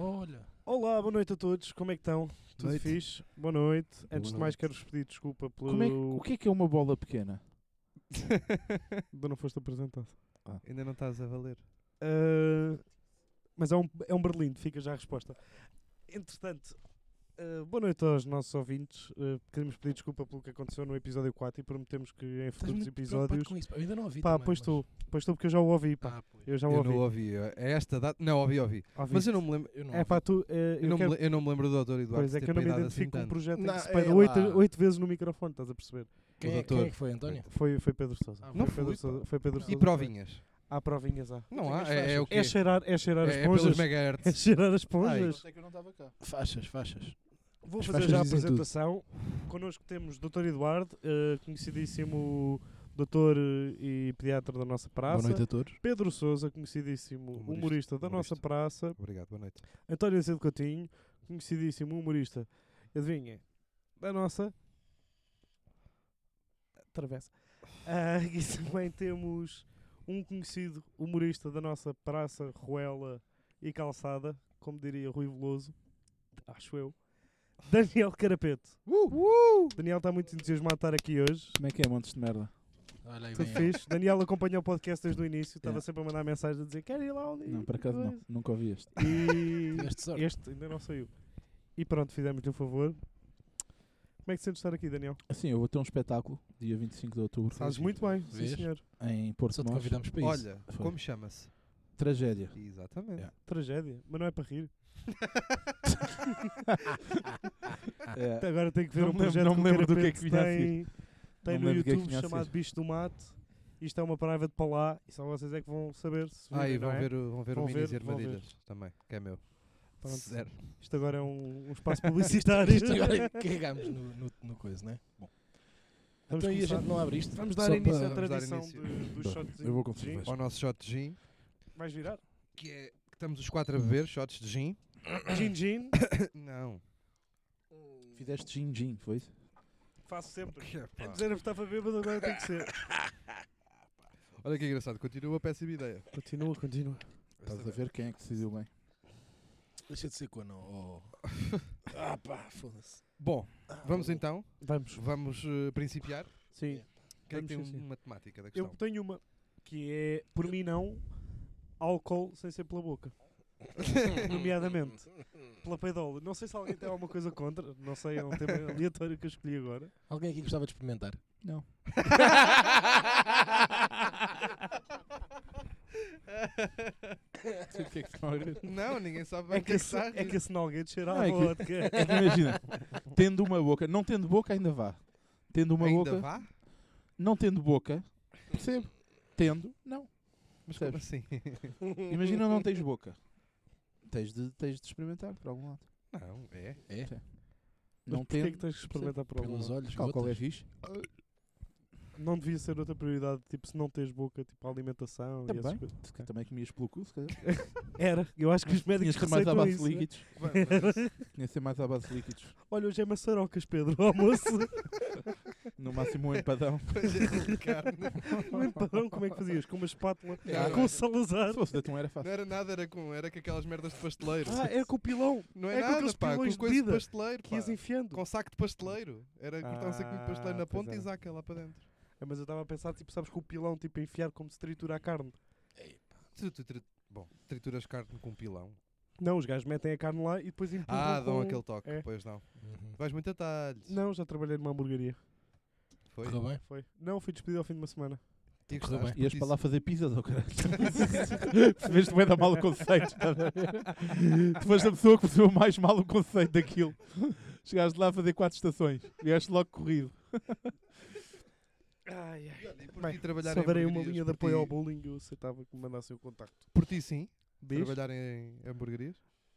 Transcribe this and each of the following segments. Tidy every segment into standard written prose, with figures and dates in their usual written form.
Olha. Olá, boa noite a todos, como é que estão? Tudo Noite. fixe? Boa noite. Antes de Boa mais noite. quero-vos pedir desculpa pelo... O que é uma bola pequena? Ainda não foste apresentado. Ainda não estás a valer. Mas é um berlindo, fica já a resposta. Entretanto, boa noite aos nossos ouvintes. Queremos pedir desculpa pelo que aconteceu no episódio 4 e prometemos que em Estás futuros muito episódios... preocupado com isso. Eu ainda não ouvi Pá, também, pois mas- estou porque eu já o ouvi, pá. pois. Eu já o Eu ouvi. não ouvi. É esta data? Não, ouvi. Ouviste? Mas eu não me lembro. Eu não É pá, tu... eu não me lembro do Dr. Eduardo. Pois é ter que eu não me peidado identifico com assim um projeto em Não, que se é peida lá. 8 vezes no microfone, estás a perceber? Quem O é doutor. que foi, António? Foi Pedro Sousa. Ah, Foi não Pedro fui, Sousa. pá. Foi Pedro E Sousa. provinhas? Há provinhas, há. Não há. as É o quê? É cheirar as É esponjas. pelos É megahertz. cheirar as esponjas. É que eu não estava cá. Faixas. Vou As fazer faixas já a dizem tudo. apresentação. Connosco temos o Dr. Eduardo, conhecidíssimo doutor e pediatra da nossa praça. Boa noite a todos. Pedro Sousa, conhecidíssimo humorista da nossa praça. Obrigado, boa noite. António Azevedo Coutinho, conhecidíssimo humorista, adivinha, da nossa travessa. E também temos um conhecido humorista da nossa praça, Ruela e Calçada, como diria Rui Veloso, acho eu, Daniel Carapeto. Daniel está muito entusiasmado de estar aqui hoje. Como é que é, montes de merda? Olha aí Tudo bem. fixe. Daniel acompanhou o podcast desde o início, estava Yeah. sempre a mandar mensagem a dizer quero ir lá onde Não, por acaso não. Nunca ouvi este. E Tiveste sorte. este ainda não saiu. E pronto, fizemos-lhe um favor. Como é que sentes estar aqui, Daniel? Assim, eu vou ter um espetáculo dia 25 de outubro Fazes muito bem, sim Vês? senhor. em Porto Só te Mós. convidamos para isso. é É. Olha, Foi. como chama-se? Tragédia. Exatamente. Yeah. Tragédia, mas não é para rir. É. Até agora tem que ver Não um me lembro- projeto não que me o lembro do que é Carapeto que vinha a tem, tem Não me no lembro do que é que YouTube vinha a chamado ser. Bicho do Mato. Isto é uma private para lá e só vocês é que vão saber se virem, E não vão é? ver Vão o Minis ver, e vão ver. Armadilhas também, que é meu. Pronto. Zero. Isto agora é um espaço publicitário. Isto agora carregamos no coisa, não é? Bom. Vamos Então aí a começar. gente não abre isto. Vamos dar Só início para- à vamos dar tradição início. dos Bom, shots eu vou com de gin. cerveja. Ao nosso shot de gin, Vais virar? que é que estamos os quatro a beber shots de gin. Gin. Não. Fizeste gin, foi isso? Faço sempre. Que é, pá. Antes era estava bêbado, agora tem que ser. Olha que engraçado, continua a péssima ideia. Continua. Estás a ver quem é que decidiu bem. Deixa de ser quando. Pá, foda-se. Bom, Vamos então, vamos. principiar. Sim. Quem é que tem Vamos, sim, sim. uma temática da Eu questão? tenho uma que é, por mim não, álcool sem ser pela boca. Nomeadamente pela peidola. Não sei se alguém tem alguma coisa contra. Não sei, é um tema aleatório que eu escolhi agora. Alguém aqui gostava de experimentar? Não. Sei o que é que estão a ver. Não, ninguém sabe bem É que esse nalguete cheira Não, a é que- vodka. É que imagina, tendo uma boca, não tendo boca ainda vá. Tendo uma Ainda boca, vá? não tendo boca, percebo. Tendo, não. Mas como Percebes? assim? Imagina não tens boca. Tens de experimentar por algum lado. Não, é. Mas Não porquê é tendo, que tens que experimentar por algum Pelos lado? olhos, álcool é gotas. fixe. Não devia ser outra prioridade, tipo, se não tens boca, tipo, a alimentação e essas Também. coisas. Se calhar também comias pelo cu, se calhar. Era, eu acho que os médicos Tinhas que ser mais à receitam base isso. de né? líquidos. Tinha que ser mais à base de líquidos. Olha, hoje é maçarocas, Pedro, o almoço. No máximo um empadão. Um empadão, como é que fazias? Com uma espátula, Não, com não. o Salazar. Se fosse de atum era Não fácil. era nada, era com aquelas merdas de pasteleiro. Era com o pilão. Não é é, com nada, aqueles pá, pilões com de coisa de bebida pasteleiro, que ias pá. enfiando. Com saco de pasteleiro. Era cortar um saquinho de pasteleiro na pois ponta é. e zaca lá para dentro. Mas eu estava a pensar, tipo, sabes, com o pilão, tipo, a enfiar como se tritura a carne. Bom, trituras carne com pilão. Não, os gajos metem a carne lá e depois empurram Dão com... aquele toque, É. pois não. Uhum. Vais muito a talhos. Não, já trabalhei numa hamburgueria. Foi? Tá Então Tá bem. Foi. Não, fui despedido ao fim de uma semana. E Correu gostaste? bem. Ias para lá fazer pizzas ou caralho? Percebeste bem da mal o conceito. Estás a ver? Tu foste a pessoa que percebeu mais mal o conceito daquilo. Chegaste lá a fazer 4 estações. Vieste logo corrido. Ai, ai. E por Bem, ti trabalhar se em houverem uma hamburguerias, linha de por apoio ti- ao bullying, eu aceitava que me mandassem o contacto. Por ti sim, Diz? trabalhar em hamburguerias.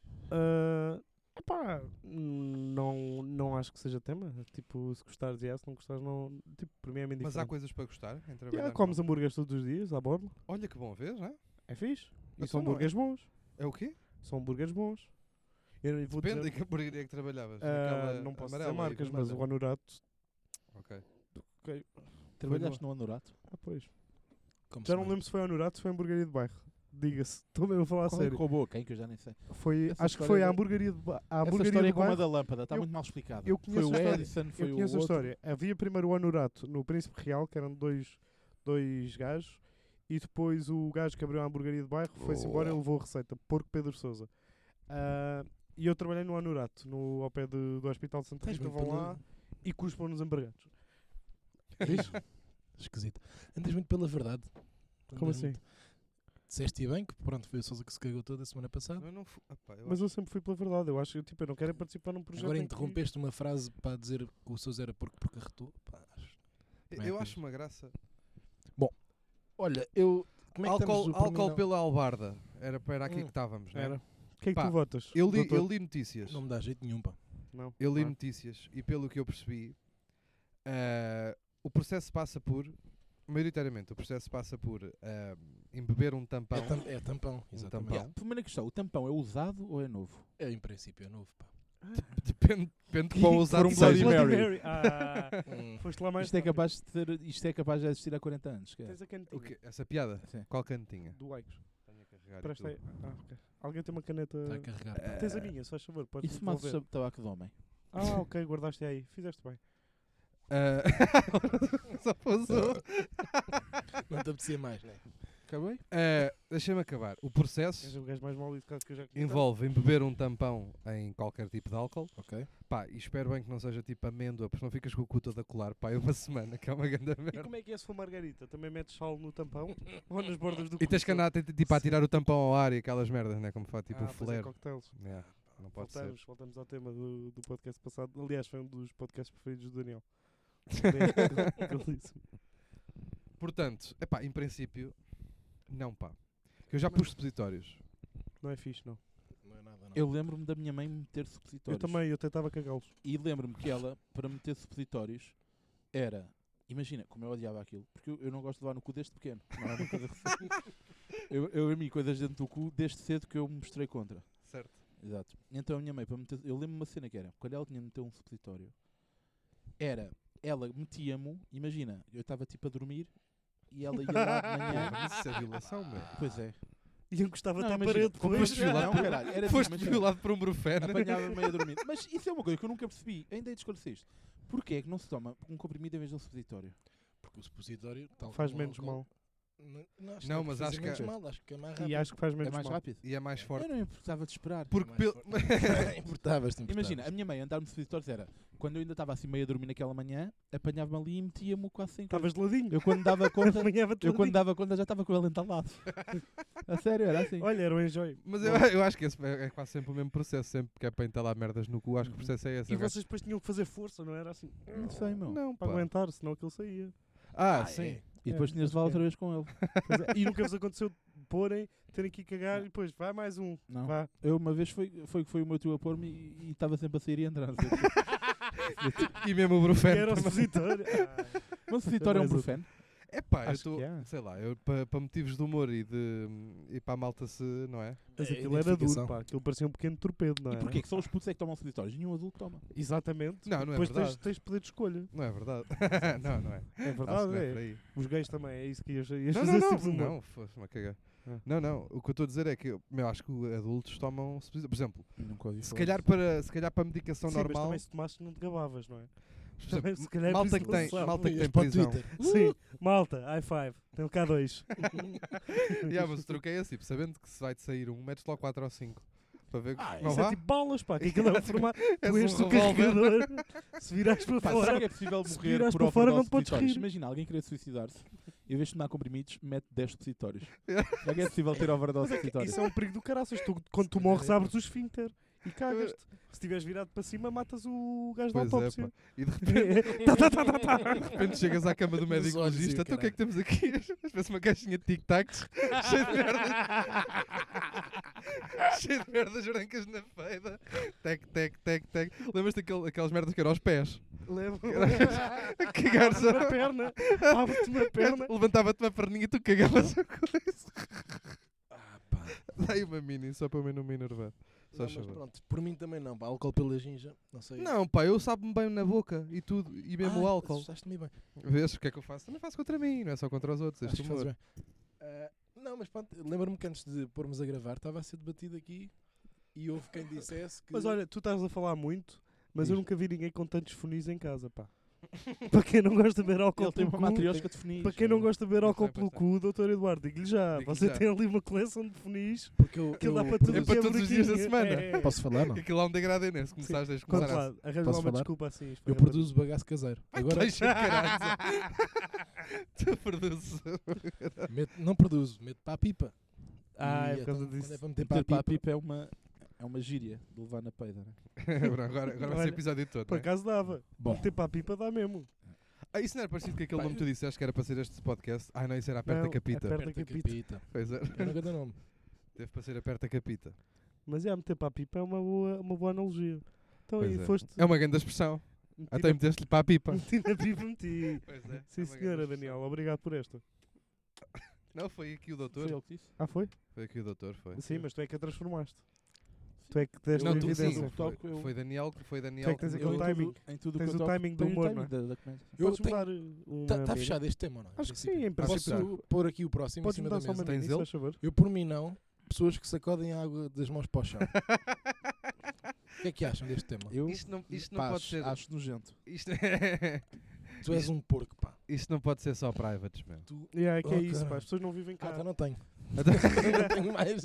Epá, não acho que seja tema. Tipo, se gostares, se não gostares, não. Tipo, para mim é bem Mas há diferente. coisas para gostar em trabalhar. Comes hambúrgueres todos os dias, à borla. Olha que bom, vês, não é? É fixe. E Então são não é. hambúrgueres bons. É o quê? São hambúrgueres bons. Eu vou Depende dizer, de que hamburgueria é que trabalhavas. não posso dizer amarela aí, marcas, mas o vermelha. Honorato. Ok. Ok. Trabalhaste no Honorato? Ah, pois. Como Já se não lembro se foi Honorato ou se foi hamburgueria de bairro. diga-se. Estou mesmo a falar a Qual é que sério. roubou quem? Que eu já nem sei. Foi, Essa acho que história foi a da- hamburgueria de a Essa hamburgueria história do como a bairro. da lâmpada, está Eu- muito mal explicada. eu Foi conheço o a história. Edison, foi Eu o conheço a outro. história. Havia primeiro o Honorato no Príncipe Real, que eram dois gajos, e depois o gajo que abriu a hamburgueria de bairro foi-se embora e levou a receita. Porco Pedro Sousa. E eu trabalhei no Honorato, ao pé do Hospital de Santa Tens Rita. muito Vão lá e cuspam nos empregados. Diz? Esquisito. Andas muito pela verdade. Como Andas assim? muito- Disseste bem que pronto, foi o Sousa que se cagou toda a semana passada. Eu não fu- Epá, eu Mas eu sempre fui pela verdade. Eu acho que tipo, eu não quero participar num projeto. Agora em que- interrompeste uma frase para dizer que o Sousa era porco porque arretou. Pá, acho- eu acho uma graça. Olha, eu. Como é que estamos Álcool, no álcool pormenor? pela albarda. Era aqui que estávamos, não Era. é? Quem é que Pá, tu votas? Eu li, doutor? eu li notícias. Não me dá jeito nenhum, pá. Não. Eu li Ah. notícias e pelo que eu percebi, o processo passa por, maioritariamente, o processo passa por embeber um tampão. É tampão, exatamente. tampão. Primeira questão, o tampão é usado ou é novo? É, em princípio é novo, pá. Depende de qual usado um que Bloody seja. Mary. Ah, Hum. foste lá mais. Isto é capaz de existir há 40 anos. Tens a caneta O quê? Essa piada? Sim. Qual cantinha? do Likes. Tenho a carregar e Presta aí. tudo. Ok. Alguém tem uma caneta. Está a carregar. pá. Tens a minha, só faz favor. E Podes se fumasse devolver. tabaco de homem? Ah, ok, guardaste aí. Fizeste bem. Ah, Só pousou. Não te apetecia mais, né? Acabei? Deixa-me acabar. O És processo o gajo mais mal educado que eu já conheci. envolve embeber um tampão em qualquer tipo de álcool. Ok. Pá, e espero bem que não seja tipo amêndoa, porque não ficas com o cu todo a colar, pá, uma semana, que é uma grande E merda. como é que é se for margarita? Também metes sal no tampão ou nas bordas do E tens cu? que andar tipo, a tirar o tampão ao ar e aquelas merdas, né? Como faz tipo o pois é, flare. cocktails. Yeah, não pode ser. Voltamos ao tema do podcast passado. Aliás, foi um dos podcasts preferidos do Daniel. Ele disse. Portanto, epá, em princípio, não pá. Eu já pus supositórios. Não é fixe, não. Não é nada, não. Eu lembro-me da minha mãe meter supositórios. Eu também, eu tentava cagá-los. E lembro-me que ela, para meter supositórios, era... Imagina, como eu odiava aquilo, porque eu não gosto de levar no cu desde pequeno. Não é uma coisa recente. Eu a mim, coisas dentro do cu, desde cedo que eu me mostrei contra. Certo. Exato. Então a minha mãe, para meter, eu lembro-me uma cena que era, quando ela tinha de meter um supositório, ela metia-me, imagina, eu estava tipo a dormir, e ela ia lá de manhã... Mas isso é violação, meu. Pois é. E eu gostava de Não, estar imagina, parede como depois. foste violado Não, por- caralho, era Foste tipo, imagina, violado por um brufeno. apanhava meio a dormir. Mas isso é uma coisa que eu nunca percebi, ainda hei de esclarecer isto. Porquê é que não se toma um comprimido em vez de um supositório? Porque o supositório tal Faz como o menos álcool- mal. Não, Não, é mas por acho fazer que menos é- mal, acho que é mais rápido. E acho que faz É menos mais mal. rápido? E é mais forte. Eu não importava de esperar. Porque mais pelo... Importavas-te. Imagina, a minha mãe andar-me supositórios era, quando eu ainda estava assim meio a dormir naquela manhã, apanhava-me ali e metia-me quase sem coisa. Estavas de ladinho. Eu quando dava conta, Apanhava-te eu quando ladinho. dava conta já estava com ele entalado. A sério, era assim. Olha, era um enjoy. Mas eu acho que esse é quase sempre o mesmo processo. Sempre que é para entalar merdas no cu, acho que o processo é esse. E O gajo- vocês depois tinham que fazer força, não era assim? Não sei, meu. Não, Para pá. aguentar, senão aquilo saía. Sim. E depois tinhas de levar outra vez com ele. Pois é. E nunca vos aconteceu porem, terem que ir cagar e depois vai mais um. Não. Vá. Eu uma vez foi o meu tio a pôr-me e estava sempre a sair e entrar. E mesmo o E brufeno. era o também. supositório. Mas o supositório é um mais outro. brufeno? É pá, eu Acho estou, que é. sei lá, eu para motivos de humor e para a malta se, não é? Mas É, aquilo era duro, identificação. pá. Aquilo parecia um pequeno torpedo, não é? E porquê? Que só os putos é que tomam supositórios? Nenhum adulto toma. Exatamente. Não, não é Depois verdade. tens poder de escolha. Não é verdade. não é. É Acho que verdade, não é é. por aí. Os gays também, é isso que ias Não, fazer não, esse tipo de humor. não, fosse-me a cagar. Ah. Não, o que eu estou a dizer é que eu acho que adultos tomam, por exemplo, Nunca ouvi se falar. calhar para medicação Sim, mas normal, também se tomasses não te gabavas, não é? por exemplo, também, se calhar é por malta isso que que tem, não sabe. malta que Ias tem para o prisão. Twitter. Sim, malta, high five. Tenho cá dois. Mas o truque é esse, tipo, sabendo que se vai-te sair um, metes logo 4 ou 5. Para ver que não Isso é vá. tipo balas, pá. Que aquilo é o formato. És Tu enches um o revólver. carregador. Se virares para Pá, será fora. que é possível se morrer virares por para fora, overdose não de te podes supositórios? rir. Imagina, alguém querer suicidar-se e em vez de tomar comprimidos, mete 10 supositórios. Será que é possível ter overdose de supositórios? Isso é um perigo do caraças. Quando tu morres, abres o esfíncter e cagas-te. Se estiveres virado para cima, matas o gajo da Pois é, autópsia. pá. E de repente, de repente chegas à cama do médico olhos e o legista, então o que é que temos aqui? Às vezes uma caixinha de tic-tacs cheia de merdas. cheia de merdas brancas na feira. Tec. Lembras-te aquelas merdas que eram aos pés? Leva A cagar só. uma perna. Abre-te uma perna. Levantava-te uma perninha e tu cagavas a coisa. Ah, pá. Dá aí uma mini, só para mim não me enervar. Só Não, mas favor. pronto, por mim também não, pá. Álcool pela ginja, não sei. Não, pá, eu sabe-me bem na boca e tudo, e mesmo o álcool. Assustaste-me bem. Vês o que é que eu faço? Também faço contra mim, não é só contra os outros. Acho Este que fazes humor. bem. Não, mas pronto, lembro-me que antes de pormos a gravar estava a ser debatido aqui e houve quem dissesse que... Mas olha, tu estás a falar muito, mas eu Diz. nunca vi ninguém com tantos funis em casa, pá. Para quem não gosta de beber álcool Ele tem pelo uma cu, matriosca de funis. para quem não gosta de beber Pois álcool é, pelo pois cu, doutor Eduardo, digo-lhe já, Digo-lhe você já. tem ali uma coleção de funis Porque eu, que dá eu para tudo É o para que todos os dias da buraquinho. semana. É. Posso falar, não? Aquilo há um degradê, né? Se começares, deixa Conta começar lá, arranja Posso lá uma falar? desculpa assim. Eu esfarrapada. produzo bagaço caseiro. Agora Deixa caralho. Tu produzes. não produzo, meto para a pipa. Ah, é E por causa então, disso. quando é para meter Meter para a pipa, pipa é uma gíria de levar na peida, né? Agora vai ser o Olha, episódio todo. Por Né? acaso dava. Bom. Meter para a pipa dá mesmo. Isso não era parecido com aquele Pá, nome que tu disseste que era para ser este podcast? Ah, não, isso era Aperta Não, Capita. aperta aperta capita. capita. Pois é. Eu não ganho nome. Teve para ser Aperta Capita. Mas meter para a pipa é uma boa analogia. Então Pois aí é. foste. É uma grande expressão. meti Até na- meteste-lhe para a pipa. meti na pipa, meti. Pois é. Sim, senhora, Daniel. Obrigado por esta. Não, foi aqui o doutor. Foi ele que disse? Ah, foi? Foi aqui o doutor, foi. Sim, mas tu é que a transformaste. Tu é que deste Não, a tu evidência. sim. Eu toco, Foi, eu- foi Daniel que Tu é que tens me aquele deu- timing. Em tudo Tens que eu o toco, timing do tenho o humor, timing não é? da comédia. Eu Podes tenho- mudar uma Está amiga? fechado este tema ou não? Em Acho que princípio? sim, em princípio. Posso pôr aqui o próximo Podes em cima mudar da só uma mesa? Tens amiga, se ele? faz favor. Eu, por mim, não. Pessoas que sacodem a água das mãos para o chão. O que é que acham deste tema? Eu Isto não pá, pode ser. acho nojento. Isto, Tu és um porco, pá. isto não pode ser só privates, man. Tu... Yeah, é que é Oh, isso, caralho. pá. As pessoas não vivem cá. Ah, então não tenho. Então, não tenho mais.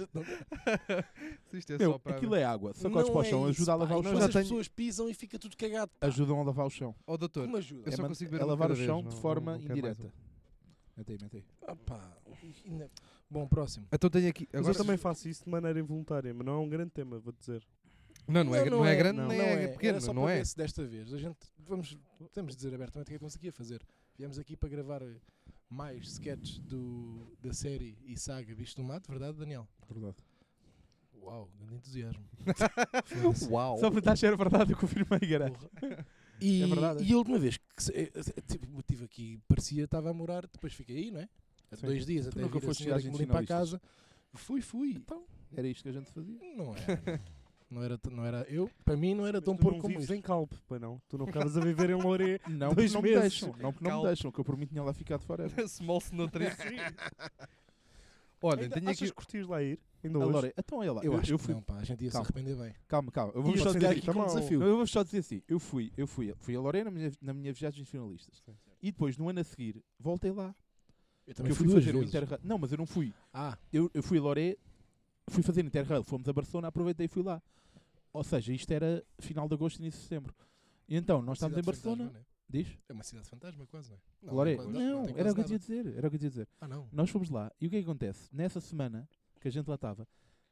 Se isto é Meu, só private. aquilo é água. Sacodes para o chão, ajuda a lavar o chão. chão. já As tenho- pessoas pisam e fica tudo cagado. Pá. Ajudam a lavar o chão. Oh, doutor, Como ajuda? eu só consigo ver É um lavar o cada chão vez, de não- forma não quero mais indireta. Mete aí. Ah, pá. Ainda- Bom, próximo. Então tenho aqui. Mas Agora, eu também faço isso de maneira involuntária, mas não é um grande tema, vou dizer. Não, não é grande não. nem Não é pequeno, Era só não para é? ver se desta vez a gente podemos dizer abertamente o que é que estamos aqui a fazer. Viemos aqui para gravar mais sketches da série e saga Bicho do Mato, verdade, Daniel? Verdade. Uau, grande entusiasmo. Uau! Só perguntar se era verdade, eu confirmei, caralho. Porra. E, É verdade. e a última vez que tipo, estive aqui, parecia que estava a morar, depois fiquei aí, não é? Há Sim. 2 dias Tu até nunca vir a foste senhora que viagens me limpa a finalistas? casa. Fui. Então, era isto que a gente fazia. Não era eu, para mim não era tão tu porco não como vives isso. em Calpe, pois não? Tu não ficavas a viver em Loré. Não, 2 porque não me meses. deixam. Não, porque não me Calma. deixam, que eu por mim tinha lá ficado forever. Small Snotriz. Olha, tenho Achas aqui. que curtias lá ir? Ainda A hoje? Lore, então é lá. Eu acho eu que fui. não, pá, a gente ia se Calma. arrepender bem. Calma. Eu E vou eu só chegar dizer aqui aqui. tá com um mal. desafio. Não, eu vou só dizer assim, eu fui a Lorena na minha viagem finalistas. E depois, no ano a seguir, voltei lá. Eu Porque também eu fui fui duas fazer o vezes. Interrail. Não, mas eu não fui. Ah, Eu fui a Loré, fui fazer Interrail, fomos a Barcelona, aproveitei e fui lá. Ou seja, isto era final de agosto, início de setembro. E então, nós estávamos em cidade Barcelona. fantasma, Diz? não é? É uma cidade fantasma, quase, não é? Loré? quase- Não, tem era quase o que eu nada. ia dizer. Era o que eu ia dizer. Ah, não. Nós fomos lá e o que é que acontece? Nessa semana que a gente lá estava,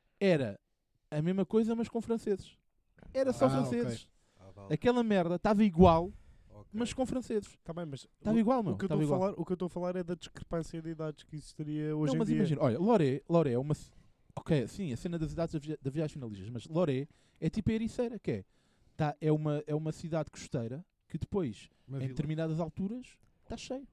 era a mesma coisa, mas com franceses. Era só Ah, franceses. Ah, vale. Aquela merda estava igual, Ok. mas com franceses. Tá bem, mas Estava igual, meu. o que eu Estava estou a igual. falar, o que eu estou a falar é da discrepância de idades que existiria hoje Não, em mas dia. imagina, olha, Loré é uma. Ok, sim, a cena das idades da viagem finalistas, mas Loré é tipo a Ericeira, que é uma cidade costeira que depois, Uma em vila. determinadas alturas, está cheio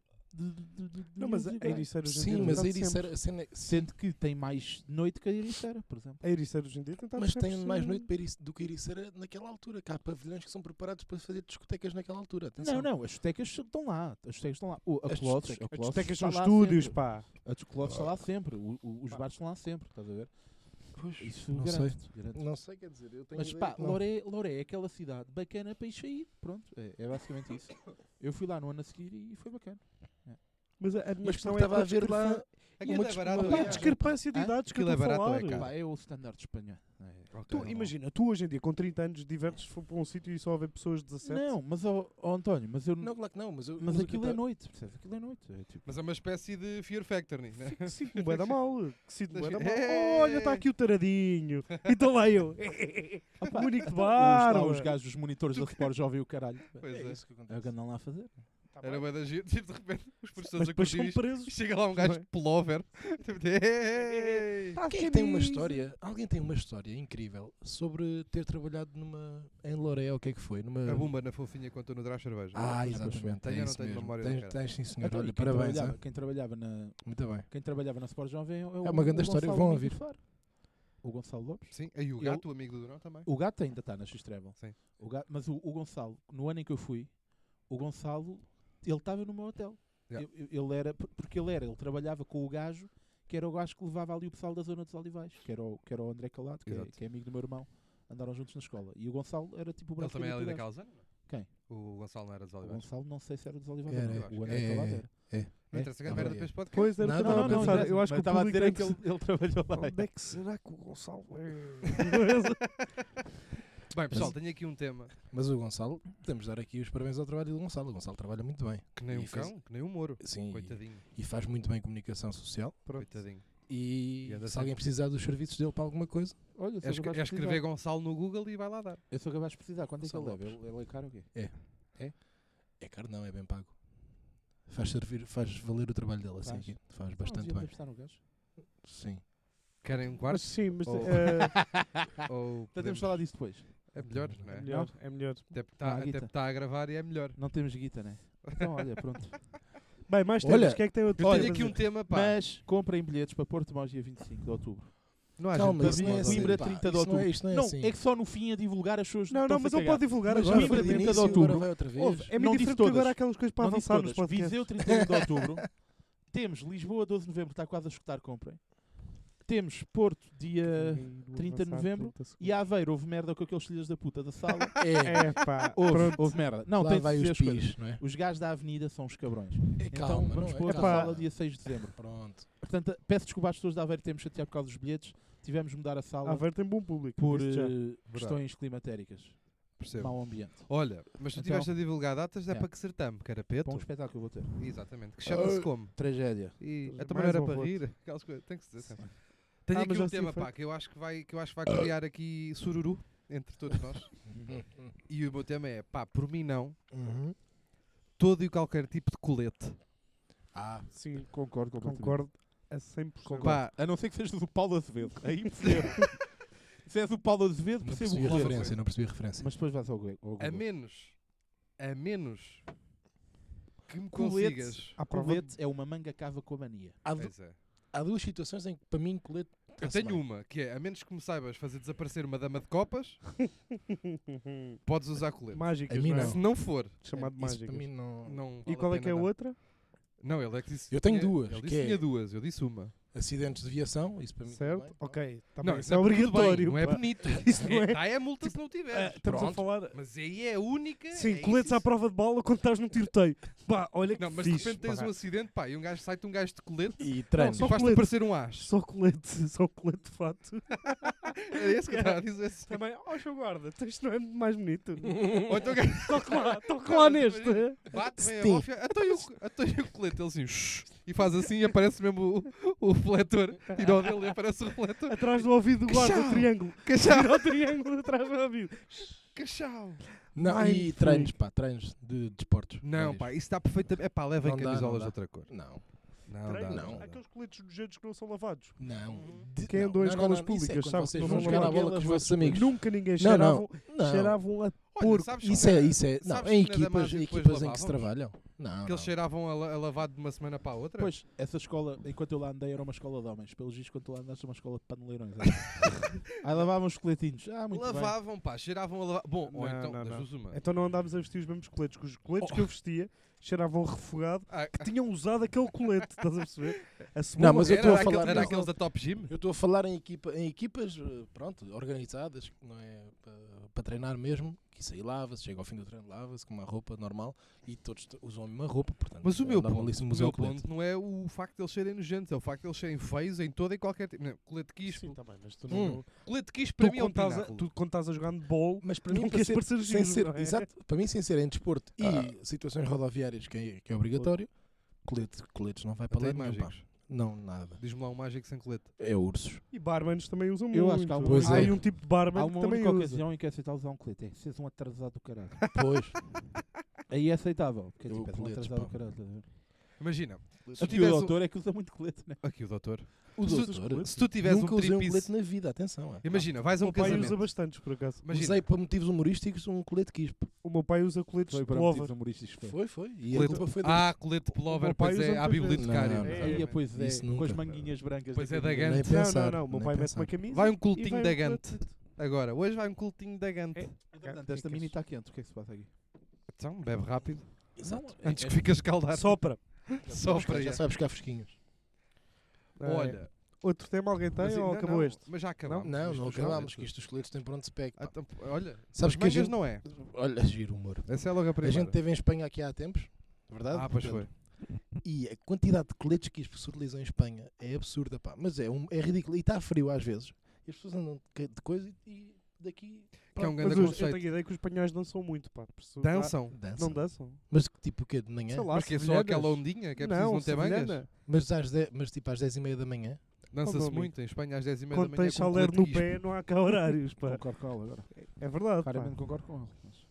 de Não, mas a miúdos iguais. Ericeira hoje em Sim, dia mas a tem estado Ericeira, sempre. a cena é- Sendo que tem mais noite que a Ericeira, por exemplo. A Ericeira hoje em dia tem estado mas sempre tem mais sem- noite para do que Ericeira naquela altura. Que há pavilhões que são preparados para fazer discotecas naquela altura. Atenção. Não, as discotecas estão lá. As discotecas estão lá. A As Colossos discotecas- As discotecas está são lá estúdios, sempre. pá. A Colossos está lá sempre. Os bares estão lá sempre, estás a ver? Isso não garanto, garanto. Não sei, quer dizer, eu tenho Mas ideia pá, que não. Loré é aquela cidade bacana para ir sair. Pronto, é basicamente isso. Eu fui lá no ano a seguir e foi bacana. Mas a minha Mas questão porque é estava a ver lá Aquilo uma é barato, Pá, uma a é. discrepância de Hã? idades que eu Aquilo é estou a barato ou é falar. caro? Pá, é o standard espanhol. Ok, Tu, não. imagina, tu hoje em dia com 30 anos divertes se for para um sítio e só haver pessoas de 17. Não, mas ó António, mas eu Não, claro que não, mas, eu, mas o que aquilo eu é ta- noite, percebes? Aquilo é noite. É tipo, Mas é uma espécie de Fear Factory, né? Sinto-me bué da mal. Sinto-me bué da mal. Ei! Olha, está aqui o taradinho. E estou lá eu. opá, Único de os, barba. lá os gajos, os monitores da Sport jovem e o caralho. Pois É é. isso que É o acontece. que andam lá a fazer. Era bem da giro. Tipo, de repente, os Mas professores a depois curtir são isto. presos. E chega lá um gajo de pullover. Tipo, "Ei!" Tá Quem é que tem uma história? Alguém tem uma história incrível sobre ter trabalhado em Loré, ou o que é que foi? Numa... A bomba na fofinha quando estou no Drás Cerveja. Ah, Pois exatamente. Tenho é ou não isso tenho mesmo. memória do Tens, caralho? tens sim, senhor. Então, Olha, e parabéns. Quem trabalhava Muito bem. quem trabalhava na Sport Jovem é É uma grande história, Gonçalo vão Amigo ouvir. do Faro. O Gonçalo Lopes. Sim, aí o Ele- gato, o amigo do Durão também. O gato ainda está na X-Travel. Sim. Mas o Gonçalo, no ano em que eu fui, o Gonçalo, ele estava no meu hotel. Yeah. Ele era, porque ele trabalhava com o gajo que era o gajo que levava ali o pessoal da zona dos Olivais, que era o André Calado, Exato. que é amigo do meu irmão. Andaram juntos na escola. E o Gonçalo era tipo o Ele braço também é ali direito do daquela gajo. zona? Quem? O Gonçalo não era dos O Olivais. Gonçalo não sei se era dos Olivais. Era, não. O André Calado era. Não interessa, É grande merda verdade. depois podcast. Pois era o que eu Nada, estava a pensar. interessa, Eu acho mas que o estava a público dizer é tem que ele trabalhou lá. Onde é que será que o Gonçalo Bem, pessoal, tenho aqui um tema Mas o Gonçalo, podemos dar aqui os parabéns ao trabalho do Gonçalo. O Gonçalo trabalha muito bem. que nem E um fez- cão, que nem um Moro. Sim, Coitadinho, e faz muito bem comunicação social. coitadinho. E, E anda se alguém sempre. precisar dos serviços dele para alguma coisa, Olha, É escrever Gonçalo no Google e vai lá dar. Eu sou capaz de precisar. Quanto é que ele Gonçalo leva? Ele é caro ou quê? é caro não, é bem pago. Faz valer o trabalho dele assim Faz. aqui. Faz Não, bastante devíamos bem. apostar no gajo. Sim. Querem um Mas quarto? sim, mas Ou- Ou Então temos de falar disso depois. É melhor, não é é? melhor, é melhor. Até porque Ah, está Guita. a gravar e é melhor. Não temos guita, né? Então, olha, pronto. Bem, mais Olha, temas. Quem é que tem outro Eu tema tenho a aqui um dizer? tema, pá. Mas comprem bilhetes para Porto Mós dia 25 de outubro. Não há Calma, gente isso para não é vir. assim. Coimbra, pá. 30 de Isso não é- outubro. isto não é Não, assim. é que só no fim a divulgar as pessoas Não, não, estão-se mas a ele cagar. pode divulgar Mas agora. Coimbra, foi de 30 de início, outubro. agora vai outra vez. Ouve, É não muito disse diferente porque agora há todas. aquelas coisas para Não disse avançar nos todas. podcasts. Viseu, 31 de outubro. Temos Lisboa, 12 de novembro, está quase a escutar, comprem. Temos Porto, dia 30 de novembro. E Aveiro, houve merda com aqueles filhos da puta da sala. É, É pá, Houve, pronto. houve merda. Não, lá tem de vai dizer os as coisas. pis, não é? Os gajos da avenida são os cabrões. É Então calma, vamos não pôr é? a Epá. sala dia 6 de dezembro. Pronto. Portanto, peço desculpa às pessoas da Aveiro que temos chateado por causa dos bilhetes. Tivemos de mudar a sala Aveiro tem bom público. por digo-te já. questões climatéricas. Percebo. Mau ambiente. Olha, mas tu Então- estiveste a divulgar datas, é É. para que sertame, que era peto. Bom espetáculo que eu vou ter. Exatamente. Que chama-se como? Tragédia. E Mais também não era um para voto. rir. Aquelas coisas. Tem que se dizer sempre. Tenho Ah, aqui mas um já sei, tema, foi. pá, que eu acho que vai criar aqui sururu entre todos nós. E o meu tema é, pá, por mim não, Uhum. todo e qualquer tipo de colete. Ah, Sim, Concordo completamente. concordo a 100%. Pá, A não ser que sejas do Paulo Azevedo. Aí percebo. Se és o Paulo Azevedo, não percebo percebi o a colete. referência, não percebi a referência. Mas depois vais ao Google. a menos que me Colete. consigas. À prova Colete é uma manga cava com a mania. Pois é. Há duas situações em que, para mim, colete. Eu tá-se tenho bem. uma, que é, a menos que me saibas fazer desaparecer uma dama de copas, podes usar colete. Mágicas, A mim não é? Se não for, Chamado Isso mágicas. para mim não. não E vale qual a é que é a pena dar. outra? Não, ele é que disse. Eu tenho tinha- duas, Ele que disse que é- tinha duas, eu disse uma. Acidentes de viação, isso para mim. Certo? também, Ok. Tá Não, bem. isso Isso é tudo bem, obrigatório. não é pá. bonito. Isso não é- Dá é multa se não tiver. Estamos a Pronto. falar. Mas aí é a única. Sim, é coletes isso. à prova de bala quando estás num tiroteio. Pá, olha que Não, mas de fixe, repente tens pá. um acidente, pá, e um gajo sai-te um gajo de colete E Não, treinos. só e faz-te colete. aparecer um as. Só colete de fato. É esse que eu estava a dizer. Também, oh, seu guarda, isto não é mais bonito. Ou então o gajo Toque lá neste. bate, vem a Sim. bófia, então e o colete, ele assim, shhh, e faz assim e aparece mesmo o refletor. Tira o dele e aparece o refletor. Atrás do ouvido do guarda, Cachau. triângulo. Cachau, Tira o triângulo atrás do ouvido. cachau. Não, Ai, e fui. treinos, pá, treinos de desportos. Não, vários. pá, isso está perfeitamente. É pá, levem Não dá, camisolas não de dá. outra cor. Não, Não, Treinos, dá, não. Aqueles coletes nojentos que não são lavados. não. Quem andou em escolas públicas isso é sabe quando vocês que vão não jogar a lavam bola com os vossos aquelas amigos. Nunca ninguém Não, cheiravam, não. cheiravam a Olha, porco. sabes Isso é, que- isso é. Não, sabes em que na Damasio depois equipas em que se lavávamos? trabalham. Não. Que eles não. cheiravam a lavado de uma semana para a outra? Pois, essa escola, enquanto eu lá andei, era uma escola de homens. Pelos vistos, quando tu lá andaste, era uma escola de paneleirões. Aí lavavam os coletinhos. Ah, muito bem. Lavavam, pá, cheiravam a lavar. Bom, ou Não, então, não, das não. duas uma. Então não andámos a vestir os mesmos coletes, que os coletes Oh. que eu vestia cheiravam refogado, Ah, que tinham usado aquele colete, estás a perceber? A Não, mas eu era, estou a aquele- falar- era não. aqueles da Top Gym? Eu estou a falar em equipas, pronto, organizadas, que não é para treinar mesmo, que isso aí lava-se, chega ao fim do treino, lava-se com uma roupa normal e todos usam a mesma roupa, portanto. Mas o é meu ponto, normalíssimo o usar meu o colete. ponto não é o facto de eles serem nojentos, é o facto de eles serem feios em todo e qualquer tipo. Não, colete de quispo. Sim, tá bem, mas tu Colete de quispo para mim é um quando estás a- pináculo. tu quando estás a jogar handball, Mas para não mim, queres para parecer sem giro, ser, não é? exato, para mim, sem ser em desporto e situações rodoviárias, que é obrigatório, coletes não vai para Até lá nenhum, pá. mágicos. Não, nada. Diz-me lá um mágico sem colete. É ursos. e barmans também usam Eu muito. acho que há uma- Pois Há é. aí um tipo de barman Há que uma também única usa. ocasião em que é aceitável usar um colete. É seres um atrasado do caralho. Pois. Aí é aceitável. Porque Eu tipo, és um coletes, atrasado do pá. caralho. estás a ver? Imagina, se tu Aqui o tivesse doutor é que usa muito colete, né? aqui o doutor. O Se- doutor. Se tu tivesse Nunca um usei um tripice, colete na vida, atenção. imagina, vais a O um meu pai usa casamento. bastantes, por acaso. Imagina, Usei para motivos humorísticos um colete quispo. O meu pai usa coletes Foi de para plover. motivos humorísticos. Foi. Foi. E a colete, culpa foi dele. colete de O plover, meu pai pois usa é, há muitas vezes. bibliotecário. Não, É, Aí depois é isso com as nunca. manguinhas brancas. Pois é daquele da do- Gante. Nem pensar, Não, o meu nem pai mete pensar. uma camisa Vai um e cultinho vai da um Gante. colete. Agora, hoje vai um cultinho da Gante. É. Entretanto, esta mini está quente. O que é que se passa aqui? Então, bebe rápido. Exato. Antes que fique a escaldar. Sopra. Só para Já sabes que há fresquinhos. Olha, Outro tema alguém tem mas ou não, acabou não, este? Mas já acabámos. Não, Isto não dos acabámos, coletes. que isto os coletes têm pronto spec. Ah, Pá. então, olha, Sabes mas que a mangas gente- não é. Olha, giro humor. Essa é logo a A primeira. gente esteve em Espanha aqui há tempos, verdade? Ah, pois foi. E a quantidade de coletes que as pessoas utilizam em Espanha é absurda, pá. Mas é ridículo. E está frio às vezes. E as pessoas andam de coisa e daqui... Que é um Mas grande eu conceito. tenho a ideia que os espanhóis dançam muito, pá. Dançam. Dançam. Não dançam? Mas tipo o quê? De manhã? Sei lá, Mas que é só sevilhanas. aquela ondinha que é preciso não ter mangas? sevilhana. Mas tipo às 10h30 da manhã? Dança-se Oh, meu muito em Espanha às 10h30 da Quando manhã. tens com chaler colete no de guispo. pé, não há cá horários, pá. Concordo com ela agora. É verdade, pá. Claramente concordo com ela. Mas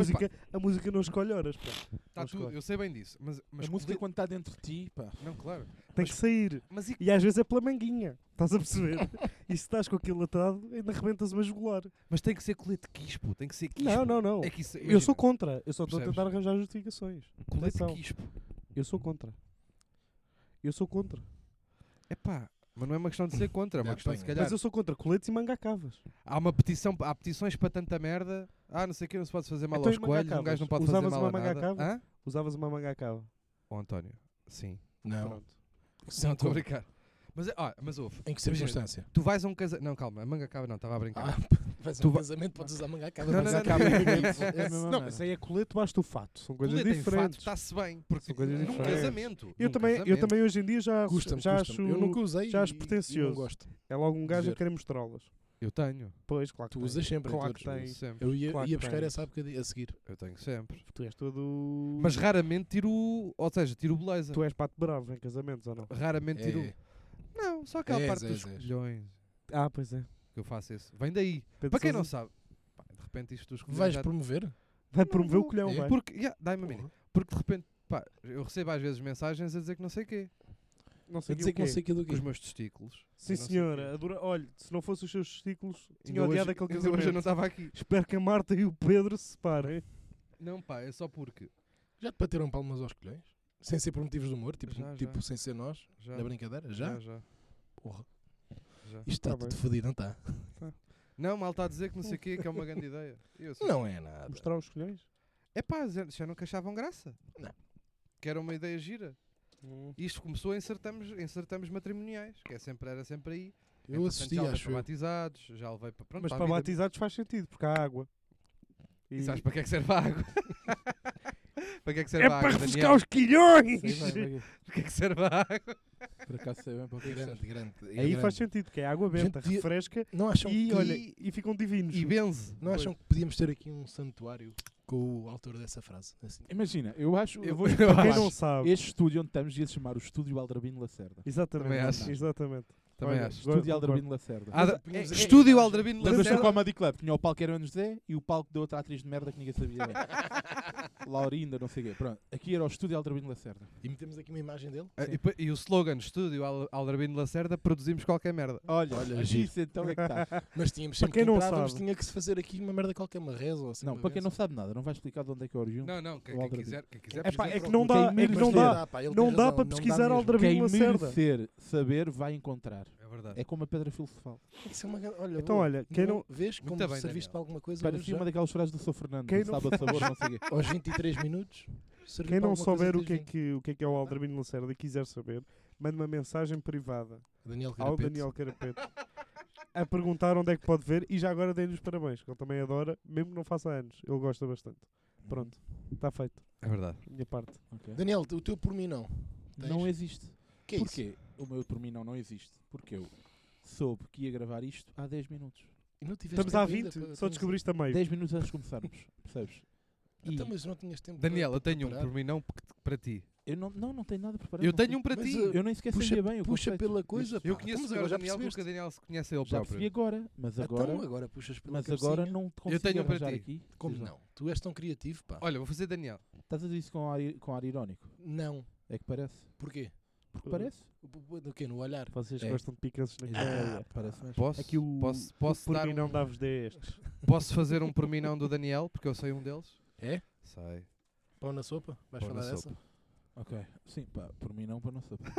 A música não escolhe horas, pá. Tá Mas tudo, claro. eu sei bem disso. Mas a música colete- quando está dentro de ti, pá. Não, claro. Tem Mas- que sair. Mas e E às vezes é pela manguinha. Estás a perceber? E se estás com aquilo atado, ainda arrebentas uma jugular. Mas tem que ser colete de quispo, tem que ser quispo. Não, não, não. É que isso, Eu imagina, sou contra. Eu só estou a Percebes? tentar arranjar justificações. colete Atenção. de quispo. Eu sou contra. Eu sou contra. Epá, mas não é uma questão de ser contra, é uma Não, questão de se apanha. calhar. Mas eu sou contra coletes e mangacavas. Há uma petição, há petições para tanta merda. Não sei o que, não se pode fazer mal Então, aos e coelhos, um mangacavas? gajo não pode Usavas fazer mal uma a nada. mangacava? Hã? Usavas uma mangacava. Oh, António, sim. Não. Pronto. Não Estou a estou brincar. Mas ouve, Em que Imagina, circunstância? tu vais a um casamento. Não, calma, a mangacava não, estava a brincar. Vais a Tu um vai- casamento, podes usar manga Não, não, não, Acaba não. é a mesma Não, merda. isso aí é colete, basta o fato. São coisas Colete em fato, diferentes. está-se bem. Porque São coisas num diferentes. casamento. Eu num também, casamento, hoje em dia já Custa-me, já custa-me. acho. Eu nunca usei já acho e pretencioso. não gosto. É logo um gajo a Ver. querer mostrá-las. Eu tenho. Pois, claro que Tu tens. usas sempre. Claro em que todos. tens. Sempre. Eu ia, Claro que ia buscar tens. essa época a seguir. Eu tenho sempre. Tu és todo. Mas raramente tiro. Ou seja, tiro beleza. Tu és pato bravo em casamentos ou não? Raramente tiro. É. Não, só aquela És, parte dos és. colhões Ah, pois é. que eu faço isso. Vem daí. Pedro Para quem não Sousa sabe, pá, de repente isto dos colhões Vais já- promover? vai promover o Não, colhão, é? vai. Porque, dá-me a mim. Porque de repente, pá, eu recebo às vezes mensagens a dizer que não sei o quê. Não A sei dizer o que não quê. sei aquilo Com os aqui. meus testículos. Sim, E não sei o senhora. quê. Olha, se não fosse os seus testículos, tinha Ainda odiado hoje- aquele ainda casamento. hoje eu não estava aqui. Espero que a Marta e o Pedro se separem. Não, pá, é só porque. Já te bateram palmas aos colhões? Sem ser por motivos de humor? Tipo, Já, tipo já. sem ser nós? Já. Na brincadeira? Já? Já. Porra. Já. Isto está Tá tudo bem. fodido, não está? Não, mal está a dizer que não sei o quê, que é uma grande ideia. Eu sei. Não é nada. Mostrar os colhões? É pá, já nunca achavam graça. Não. Que era uma ideia gira. Isto começou em certames matrimoniais, que era sempre aí. Eu Entretanto, assisti, já levei acho para eu. batizados, já levei para. Pronto, Mas para a para vida. batizados faz sentido, porque há água. E sabes para que é que serve a água? para que é que serve É a para água? refrescar Daniel? os quilhões! Sei bem, para quê? Para que é que serve a água? Por acaso sei bem para o que é que serve. Grande. Aí faz sentido, que é água benta, Gente, refresca Não acham, e, que, olha, e ficam divinos. E benze. não acham que podíamos ter aqui um santuário com o autor dessa frase? Assim. Imagina, eu acho. Eu vou Para quem acho. não sabe. Este estúdio onde estamos ia se chamar o Estúdio Aldrabino Lacerda. Exatamente. Também acho. Exatamente. Também Olha, acho. agora Estúdio concordo. Aldrabino Lacerda. punhamos É, aqui Estúdio a Aldrabino Lembras do Lacerda. Comedy Club? Tinha o palco que era o Ana José e o palco da outra atriz de merda que ninguém sabia bem. Laurinda, não sei o quê. Pronto, aqui era o Estúdio Aldrabino Lacerda. E metemos aqui uma imagem dele. E o slogan Estúdio Aldrabino Lacerda, produzimos qualquer merda. Olha, Olha, aqui giro. isso então é que está. Mas tínhamos Para sempre quem que não entrávamos, sabe. tinha que se fazer aqui uma merda qualquer, uma reza ou assim. Não, uma para quem não benção. sabe nada, não vai explicar de onde é que é oriundo. Não, quem O Aldrabino. quiser, quem quiser É pá, precisa é que procurar. não dá, Quem é que menos não dá, dá. pá, ele Não tem dá razão, para não dá pesquisar mesmo. Aldrabino Quem Lacerda. merecer saber vai encontrar. É verdade. É como a pedra filosofal. Isso é uma grande- olha, Então, boa. olha, quem não- Vês Muito como bem, serviste Daniel. para alguma coisa Parecia hoje uma daquelas frases do Sr. Fernando. Quem do não- Sábado de sabor, não sei o quê. aos 23 minutos. serviu Quem para não alguma coisa souber o desde que é o Aldrabino Lacerda e quiser saber, manda uma mensagem privada Daniel ao Carapete. Daniel Carapeto a perguntar onde é que pode ver e já agora dei-lhe os parabéns, que ele também adora, mesmo que não faça anos. Ele gosta bastante. Pronto, está feito. É verdade. Minha parte. Ok. Daniel, o teu por mim não. Tens? Não existe. Que é isso? Porquê? O meu por mim não existe. Porque eu soube que ia gravar isto há 10 minutos. E não tiveste Estamos há tempo ainda 20, para- só descobriste a meio. 10 minutos antes de começarmos. Percebes? E Então, mas não tinhas tempo Daniel, para- eu tenho um preparar? por mim não para ti. eu não tenho nada preparado. Eu não tenho sei. um para Mas, ti. Eu nem sequer Puxa, sabia bem o puxa conceito. pela coisa. Eu pá. conheço Mas o agora já Daniel porque o percebeste. Daniel se conhece ele Já percebi próprio. agora, mas Então, agora, agora puxas pela mas agora cabecinha. não te consigo tenho um para arranjar ti. aqui. Como Diz lá. não? Tu és tão criativo, pá. Olha, vou fazer Daniel. Estás a dizer isso com ar irónico? Não. É que parece. Porquê? Porque parece. Do quê? No olhar? Vocês É. gostam de picanços na cara. Parece mesmo. Posso? Aqui o Posso por dar mim não um- dá-vos destes. Posso fazer um porminão do Daniel, porque eu sei um deles? É? Sei. Pão na sopa? Vais Pão na falar dessa? sopa. Ok. Sim, pá, por mim não, para não saber.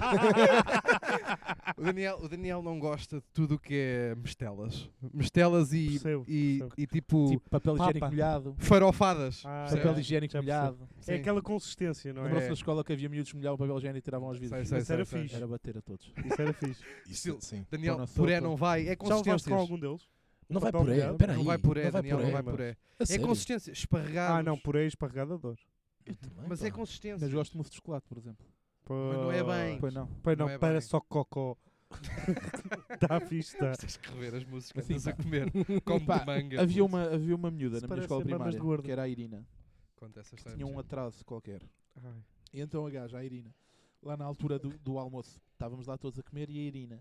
O Daniel não gosta de tudo o que é mistelas. Mistelas Percebo. e tipo, Tipo, papel Papa. higiênico molhado. farofadas. Ah, percebes? Papel já higiênico percebo. molhado. É Sim. aquela consistência, não é? Lembram-se na escola que havia miúdos que molhavam o papel higiênico e tiravam as vidas? Sei, Isso era fixe. Era bater a todos. Isso era fixe. Isso, sim. Daniel, Pão na puré sopa. não vai, é Já levaste consistências. com algum deles? Não vai Papel puré, molhado? peraí. Não vai puré, não vai Daniel, não vai puré. puré. A É sério? consistência, esparregados. Ah, não, puré esparregado adoro. Eu também, Mas pá. é consistência. Mas gosto de mousse de chocolate, por exemplo. Mas não é bem. Pois não. Pois não, Não é para bem. só cocó. Está fixe, está. Tens que rever as músicas Assim, andas a pá. comer. Como Pá, de manga. havia uma miúda Isso na minha parece escola ser mamas de primária, gordo. que era a Irina, Conta essa que história. tinha um atraso qualquer. Ai. E então a gaja, a Irina, lá na altura do almoço, estávamos lá todos a comer e a Irina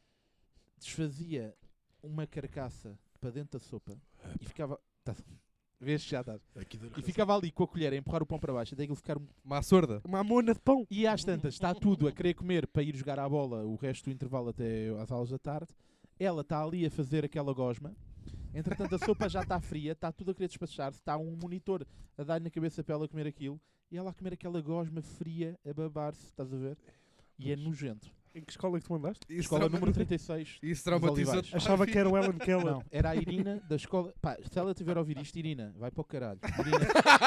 desfazia uma carcaça para dentro da sopa e ficava... Vês que já estás. Aqui dou-lhe E razão. ficava ali com a colher a empurrar o pão para baixo até aquilo ficar... Uma sorda. Uma amona de pão. E às tantas, está tudo a querer comer para ir jogar à bola o resto do intervalo até às aulas da tarde. Ela está ali a fazer aquela gosma. Entretanto, a sopa já está fria, está tudo a querer despachar-se. Está um monitor a dar-lhe na cabeça para ela comer aquilo. E ela a comer aquela gosma fria, a babar-se, estás a ver? E é nojento. Em que escola é que tu mandaste? Escola número 36. Isso dos traumatizou. Olivais. Achava que era o Ellen Keller. Não, era a Irina da escola. Pá, se ela tiver a ouvir isto, Irina, vai para o caralho. Irina.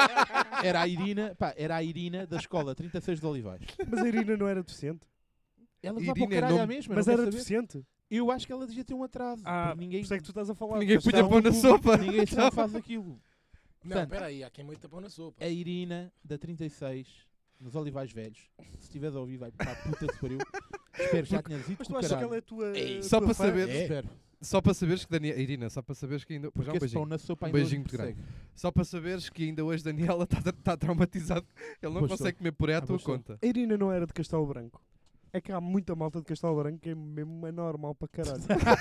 Era a Irina da escola 36 de Olivais. Mas a Irina não era deficiente. Ela vai para o Irina é caralho à nome- mesma. Mas não era quer saber. deficiente. Eu acho que ela devia ter um atraso. Ah, porque ninguém, por isso é que tu estás a falar. Ninguém Porque punha está pão um na tubo. sopa. ninguém sabe faz aquilo. Não, Portanto, peraí, há quem moita pão na sopa. a Irina da 36, nos Olivais Velhos, se estiveres a ouvir, vai para a puta que se pariu. Espero que já tenhas ido Mas com tu o achas que caralho. ela é a tua. Ei, Só tua para fã? saber- É. Espero. Só para saberes que Daniel... Irina, só para saberes que ainda... Pois já um Porque esse pão beijinho. na sopa Um ainda beijinho hoje muito grande. persegue. Só para saberes que ainda hoje Daniela está traumatizado. Ele não Pois consegue estou. comer puré à tua Pois estou. conta. A Irina não era de Castelo Branco. É que há muita malta de Castelo Branco que é mesmo anormal para caralho.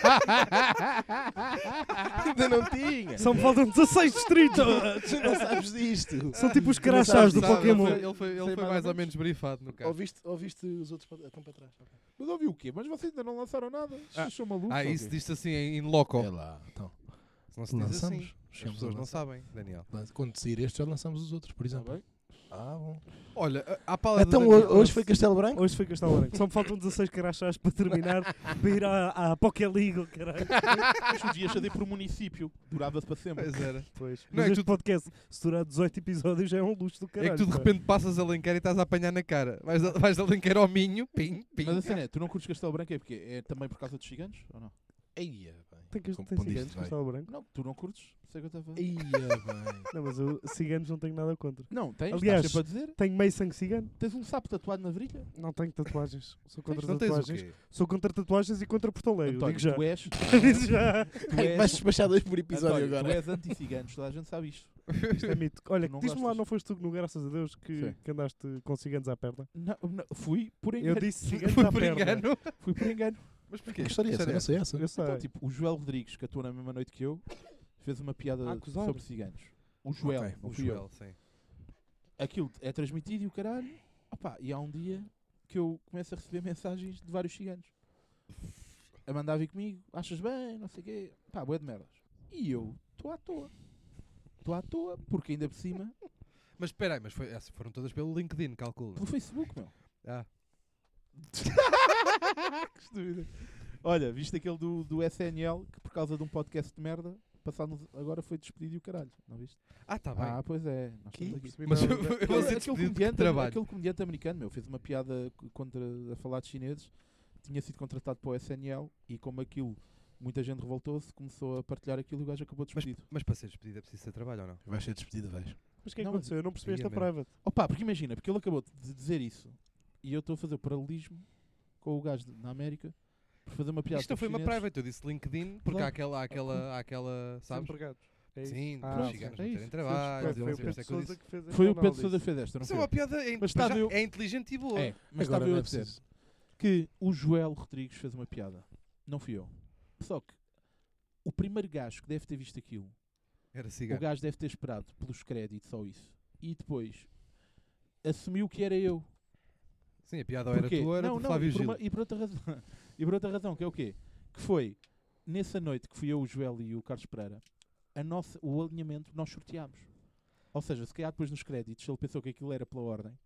Ainda não tinha. Só me faltam 16 distritos. Tu não sabes disto. São tipo os não crachás sabes do disso. Pokémon. Ele foi Sei mais mais ou ou menos brifado no caso. Ouviste os outros estão para trás. Ok. Mas ouvi o quê? Mas vocês ainda não lançaram nada? Vocês são malucos? ou Isso quê? diz-se assim em loco. É lá, então. Se não se diz assim. Lançamos. As pessoas não sabem, Daniel. Quando sair este, já lançamos os outros, por Tá exemplo. bem? Ah, bom. Olha, à pala Então de Daniel- hoje foi Castelo Branco? Hoje foi Castelo Branco. Só me faltam 16 crachás para terminar, para ir à Poké League, caralho. Mas podias fazer por município. Durava-se para sempre. Pois era. Pois. Não, Mas é que este tu- podcast, se durar 18 episódios, já é um luxo do É caralho. que tu de pá. repente passas a Alenquer e estás a apanhar na cara. Vais de Alenquer ao Minho, pim, pim. Mas assim é, tu não curtes Castelo Branco é porque é também por causa dos ciganos? Ou não? Eia, bem. Tem Como tem disto ciganos de vai. Castelo Branco? Não, tu não curtes? Sei que eu estava a falar. Eia, bem. Não, mas eu ciganos não tenho nada contra. Não, tens, Aliás, estás sempre a dizer. Tenho meio sangue cigano? Tens um sapo tatuado na virilha? Não tenho tatuagens. Sou contra Não tens o tatuagens. quê? Sou contra tatuagens e contra Porto Alegre. António, Digo já. tu és... Digo já. tu és- Vais despachar 2 por episódio António, agora. tu és anti-ciganos, toda a gente sabe isto. Isto é mito. Olha, Tu não diz-me lá, gostas? não foste tu, no graças a Deus, Sim. que andaste com ciganos à perna? Não, fui por Eu engano. disse ciganos Foi à por perna. engano. Fui por engano. Mas porquê? Que história é essa? Eu não sei essa. Eu sei. Então, tipo, o Joel Rodrigues, que atuou na mesma noite que eu, fez uma piada A acusar. sobre ciganos. O Joel, Ok, não O fui eu. Joel, sim. Aquilo é transmitido e o caralho. Opa, e há um dia que eu começo a receber mensagens de vários ciganos a mandar vir comigo, achas bem, não sei o quê, pá, bué de merdas. E eu estou à toa. Estou à toa, porque ainda por cima, Mas espera aí, mas essas foram todas pelo LinkedIn, calculo. pelo Facebook, meu. Ah, Que estúpido. Olha, viste aquele do SNL que por causa de um podcast de merda, passado agora foi despedido e o caralho, não viste? tá bem. Ah, pois é. Nós Que? estamos aqui. Mas eu Não, vou ser Aquele despedido de comediante, trabalho. aquele comediante americano, meu, fez uma piada a falar de chineses, tinha sido contratado para o SNL e como aquilo, muita gente revoltou-se, começou a partilhar aquilo e o gajo acabou despedido. Mas para ser despedido é preciso ter trabalho ou não? Vais ser despedido, vais. Mas o que é que Não, aconteceu? Eu não percebi esta Ia mesmo. private. Opa, porque imagina, porque ele acabou de dizer isso e eu estou a fazer o paralelismo com o gajo na América por fazer uma piada Isto não foi sobre uma chineses. private, eu disse LinkedIn, porque Claro. há aquela, sabes? Empregados. É isso. Sim, Ah, os ok. ciganos É não isso. terem trabalho. Foi eu não o sei Pedro se é que eu Sousa disse. que fez Foi o esta Pedro Sousa análise. que fez esta, não Isso é foi? uma piada, Mas mas estava eu- é inteligente e boa. É, mas Agora estava eu não a é dizer preciso. que o Joel Rodrigues fez uma piada. Não fui eu. Só que o primeiro gajo que deve ter visto aquilo, Era o cigano. gajo deve ter esperado pelos créditos só isso. E depois assumiu que era eu. Sim, a piada ou era Porquê? tua, era não, do não, Flávio e por, Gil. e por outra razão. E por outra razão, que é o quê? Que foi, nessa noite que fui eu, o Joel e o Carlos Pereira, o alinhamento nós sorteámos. Ou seja, se calhar depois nos créditos, se ele pensou que aquilo era pela ordem,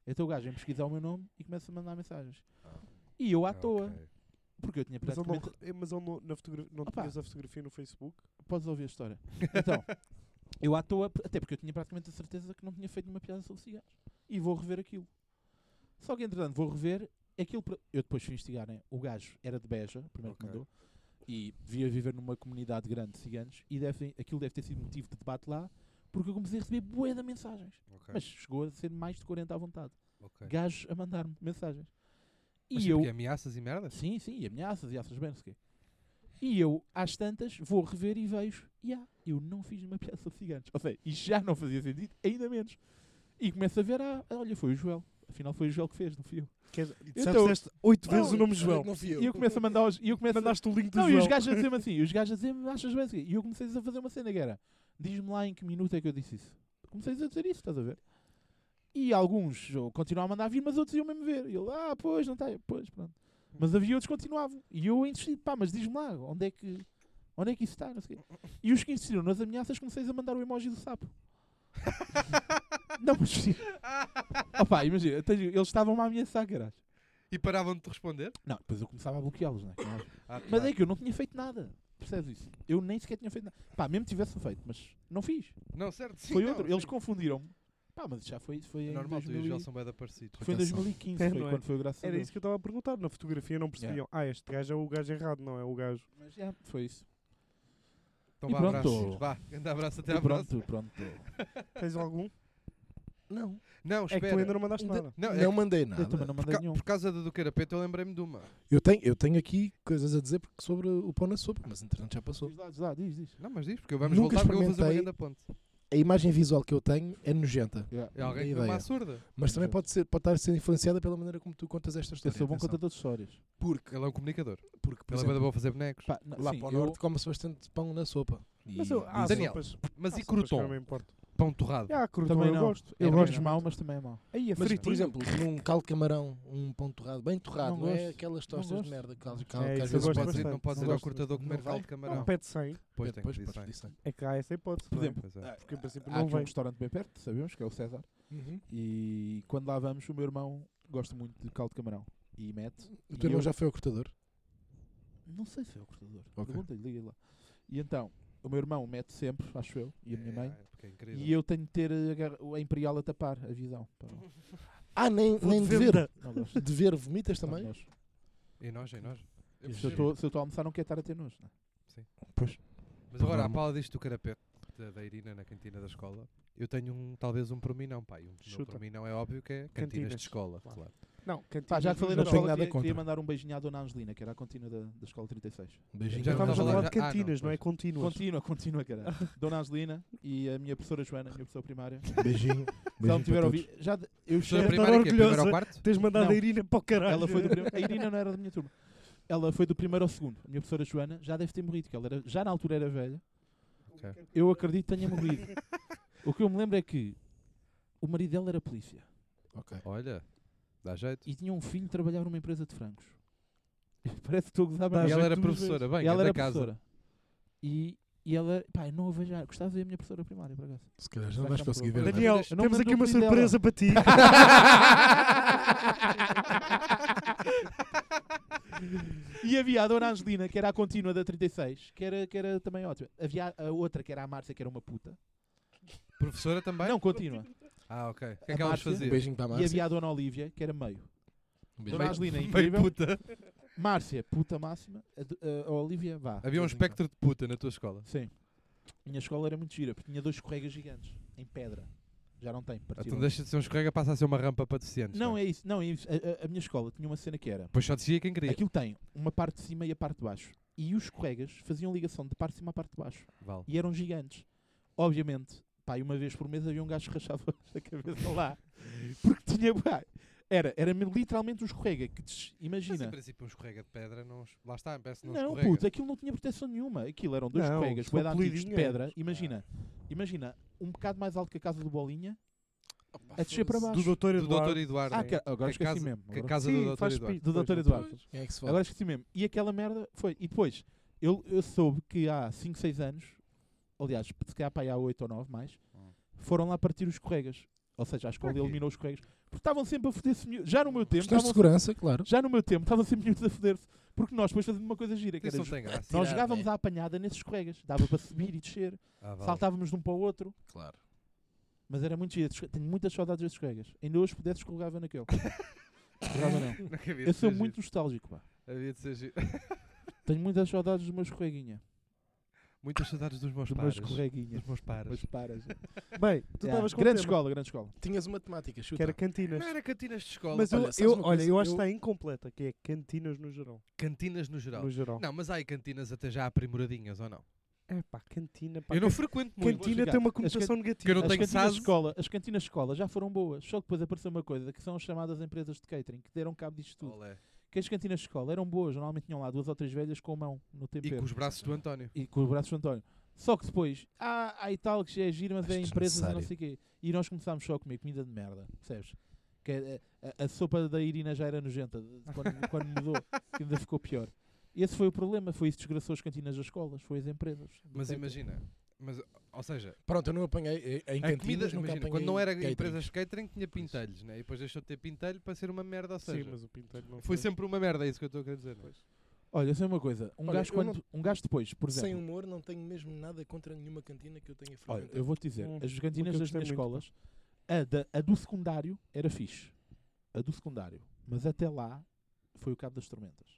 Então o gajo vem pesquisar o meu nome e começa a mandar mensagens. E eu à toa, Ok. porque eu tinha Mas ele praticamente... não, mas ele não, na fotografia, não Opa. tinhas a fotografia no Facebook? Podes ouvir a história. Então, eu à toa, até porque eu tinha praticamente a certeza que não tinha feito nenhuma piada sobre cigarros. E vou rever aquilo. Só que entretanto vou rever aquilo. Eu depois fui investigar, né? O gajo era de Beja, o primeiro que Ok. mandou, e devia viver numa comunidade grande de ciganos, e aquilo deve ter sido motivo de debate lá, porque eu comecei a receber bué de mensagens. Ok. Mas chegou a ser mais de 40 à vontade. Ok. Gajos a mandar-me mensagens. Mas E tipo eu. que ameaças e merdas? Sim, sim, e ameaças, e achas bem, não sei o quê. E eu, às tantas, vou rever e vejo, eu não fiz uma piada sobre ciganos. Ou seja, isto já não fazia sentido, ainda menos. E começo a ver, olha, foi o Joel. Afinal foi o Joel que fez, não fui eu. Já disseste 8 vezes o nome Joel. Não fui E eu começo a mandar os... E eu começo Mandaste o link do não, e Joel. os gajos a dizer-me assim, achas bem assim? E eu comecei a fazer uma cena que era, diz-me lá em que minuto é que eu disse isso. Comecei a dizer isso, estás a ver? E alguns continuavam a mandar vir, mas outros iam mesmo ver. E eu, pois, não está, pois, pronto. Mas havia outros que continuavam. E eu insisti, mas diz-me lá, onde é que isso está, não sei o quê. E os que insistiram nas ameaças, comecei a mandar o emoji do sapo. Não, mas... Opa, imagina, eles estavam-me a ameaçar, caralho. E paravam de te responder? Não, depois eu começava a bloqueá-los, não é? Mas Claro. é que eu não tinha feito nada. Percebes isso? Eu nem sequer tinha feito nada. Mesmo tivesse feito, mas não fiz. Não, certo, sim. Foi não, outro. Eles sim. confundiram-me. Mas já foi É em normal, tu e o 2000 Joel são bem da parecidos. foi em 2015, É, foi não é? quando foi o Graças a Era Deus. isso que eu estava a perguntar. Na fotografia não percebiam. Este gajo é o gajo errado, não é o gajo. Mas já, foi isso. Então E vá, pronto. abraços. Vá, grande abraço até E à próxima. pronto. Tens algum? Não. Não, É que espera. tu ainda não mandaste Ainda- nada. Não, Não é mandei Eu também nada. não por, mandei nenhum. por causa do carapete eu lembrei-me de uma. Eu tenho aqui coisas a dizer sobre o pão na sopa, mas entretanto já passou. Diz. Não, mas diz, porque vamos Nunca voltar porque eu vou fazer uma experimentei. grande ponte. A imagem visual que eu tenho é nojenta, É alguém que ideia. deu uma surda. mas É também nojenta. pode estar a ser influenciada pela maneira como tu contas esta Eu história. sou bom Atenção. contador de histórias. Porque, Ele é um comunicador. por Ele é bem exemplo, bom a fazer bonecos. lá para o norte come-se bastante pão na sopa. Mas eu, há Daniel, sopas. Mas há e sopas que não croton? me importa. Pão torrado. Croton Também eu não. gosto. Eu É gosto mesmo. mau, mas também é mau. Aí, a Mas, fritinho. por exemplo, num caldo de camarão, um pão torrado, bem torrado, Não não, é gosto. aquelas Não tostas gosto. de merda que às isso vezes eu Não gosto podes ir, bastante. não podes ir Não ao gosto. cortador Não comer vai. caldo de camarão. Não, pede 100. Pois tem que Pois, pedir podes 100. dizer. É que há essa hipótese. Por não é? exemplo, Pois é. Porque em princípio há não aqui um vem. restaurante bem perto, sabemos, que é o César. Uhum. E quando lá vamos, o meu irmão gosta muito de caldo de camarão. E mete. O e teu irmão eu- já foi ao cortador? Não sei se é o cortador. Ok. Pergunta-lhe, liga lá. E então, o meu irmão mete sempre, acho eu, e a minha mãe. Porque é incrível. E eu tenho de ter a Imperial a tapar a visão. Nem Vou-te de ver. vender. Não gosto. De ver vomitas também? Não gosto. E nós. Se eu estou a almoçar, não quero estar a ter nojo. Não é? Mas agora, à Normal. pala disto do carapete da Irina na cantina da escola, eu tenho talvez um por mim não, pá. E um meu Chuta. por mim não é óbvio que é cantinas Cantinas. de escola, Claro. claro. Não, Pá, já que falei Não na tenho escola, nada queria contra. mandar um beijinho à Dona Angelina, que era a contínua da Escola 36. Beijinho. Já Já não estamos a estava falar lá- de Ah, não, cantinas, não é pois. contínuas. Continua, caralho. Dona Angelina e a minha professora Joana, a minha professora primária. Beijinho. Se ela me tiver a Beijinho ouvir, já eu Professora Deve estar primária que é primeiro ao orgulhosa. quarto? Tens mandado Não. a Irina para o caralho. Ela foi do primeiro. A Irina não era da minha turma. Ela foi do primeiro ao segundo. A minha professora Joana já deve ter morrido, que ela era, já na altura era velha. Ok. Eu acredito que tenha morrido. O que eu me lembro é que o marido dela era polícia Ok. Olha, dá jeito. e tinha um filho que trabalhava numa empresa de frangos. Parece que estou a gozar, Dá mas E ela jeito era duas professora, vezes. bem, ela da era casa. professora. E ela, pá, eu não a vejo, gostava de ver a minha professora primária, por acaso. Se calhar já Vai não vais já me conseguir ver. provar. nada. Daniel, Eu não temos me aqui lembro uma do apelido surpresa para ti. E havia a Dona Angelina, que era a contínua da 36, que era também ótima. Havia a outra, que era a Márcia, que era uma puta. Professora também? Não, contínua. Ah, ok. O que A é que elas Márcia. Um faziam? beijinho para a E Márcia. havia a Dona Olívia, que era meio. Um Dona beijinho. Angelina, Meio incrível. puta. Márcia, puta máxima. A Olívia, vá. Havia um espectro de puta na tua escola. Sim. A minha escola era muito gira, porque tinha 2 escorregas gigantes, em pedra. Já não tem, partiram. Então deixa de ser um escorrega, passa a ser uma rampa para deficientes. Não, é isso. Não, é isso. A minha escola tinha uma cena que era... Pois só descia quem queria. Aquilo tem uma parte de cima e a parte de baixo. E os escorregas faziam ligação de parte de cima à parte de baixo. Vale. E eram gigantes. Obviamente, pá, e uma vez por mês havia um gajo que rachava a cabeça lá. Porque tinha... Pá, era literalmente um escorrega que Mas imagina... em princípio um escorrega de pedra, não, lá está, parece que não Não, escorrega. puto, aquilo não tinha proteção nenhuma. Aquilo eram 2 Não, escorregas, são bué de antigos de polidinhas. pedra. Imagina, um bocado mais alto que a casa do Bolinha, Opa, a descer para foda-se. baixo. Do Doutor Do Dr. Eduardo. Eduardo. Agora Que esqueci casa- mesmo. Que a Agora- casa Sim, do Dr. faz Eduardo. pi- Do Pois, Dr. não Eduardo. faz. Quem é que se fala? Agora esqueci mesmo. E aquela merda foi. E depois, eu soube que há 5, 6 anos, aliás, se calhar para aí há 8 ou 9 mais, foram lá partir os escorregas. Ou seja, a escola eliminou os colegas. Porque estavam sempre a foder-se miúdos. Já no meu tempo, Questões de estavam segurança, claro. já no meu tempo, estavam sempre miúdos a foder-se. Porque nós depois fazíamos uma coisa gira. Que Isso era, não tem graça. nós Tirar, jogávamos né? à apanhada nesses colegas. Dava para subir e descer. Vale. Saltávamos de um para o outro. Claro. Mas era muito giro. Tenho muitas saudades desses colegas. Ainda hoje pudesse escorregava naquele. Escorregava não. Não havia de Eu sou ser muito giro. nostálgico, pá. Havia de ser giro. Tenho muitas saudades dos meus coleguinha. Muitas saudades dos meus Dos pares. meus coleguinhas. Dos meus pares. Mas paras. Bem, tu Yeah. estavas com Grande o tema, escola, grande escola. Tinhas uma temática, chuta. que era cantinas. Não era cantinas de escola. Mas Olha, eu, sabes uma olha, coisa? eu acho que Eu- está incompleta, que é cantinas no geral. Cantinas no geral. No geral. Não, mas há aí cantinas até já aprimoradinhas, ou não? É pá, cantina. Pá, Eu não frequento muito. cantina tem uma conotação negativa. eu não As tenho cantinas, de SASE. escola, as cantinas de escola já foram boas. Só que depois apareceu uma coisa que são as chamadas empresas de catering que deram cabo disto tudo. Olé. Que as cantinas de escola eram boas. Normalmente tinham lá 2 ou 3 velhas com a mão no E tempero. com os braços do António. E com os braços do António. Só que depois, há e tal que já é giro, mas Acho é empresas e não desnecessário. sei o quê. E nós começámos só a comer comida de merda, percebes? Que a sopa da Irina já era nojenta quando mudou, que ainda ficou pior. Esse foi o problema, foi isso que desgraçou as cantinas das escolas, foi as empresas. do Mas catering. imagina, ou seja, Pronto, eu não apanhei em a cantinas, comida, nunca imagina, apanhei quando não era catering. empresas de catering tinha pintelhos, né? E depois deixou de ter pintelho para ser uma merda, ou Sim, seja, mas o Pintelho não foi sempre uma merda, é isso que eu estou a querer dizer. Não é? Olha, sei uma coisa, Olha, gajo eu quando, um gajo depois, por Sem exemplo, humor, não tenho mesmo nada contra nenhuma cantina que eu tenha olha, frequentado. eu vou-te dizer, as cantinas nunca das gostei minhas muito. escolas, a do secundário era fixe. A do secundário. Mas até lá foi o cabo das tormentas.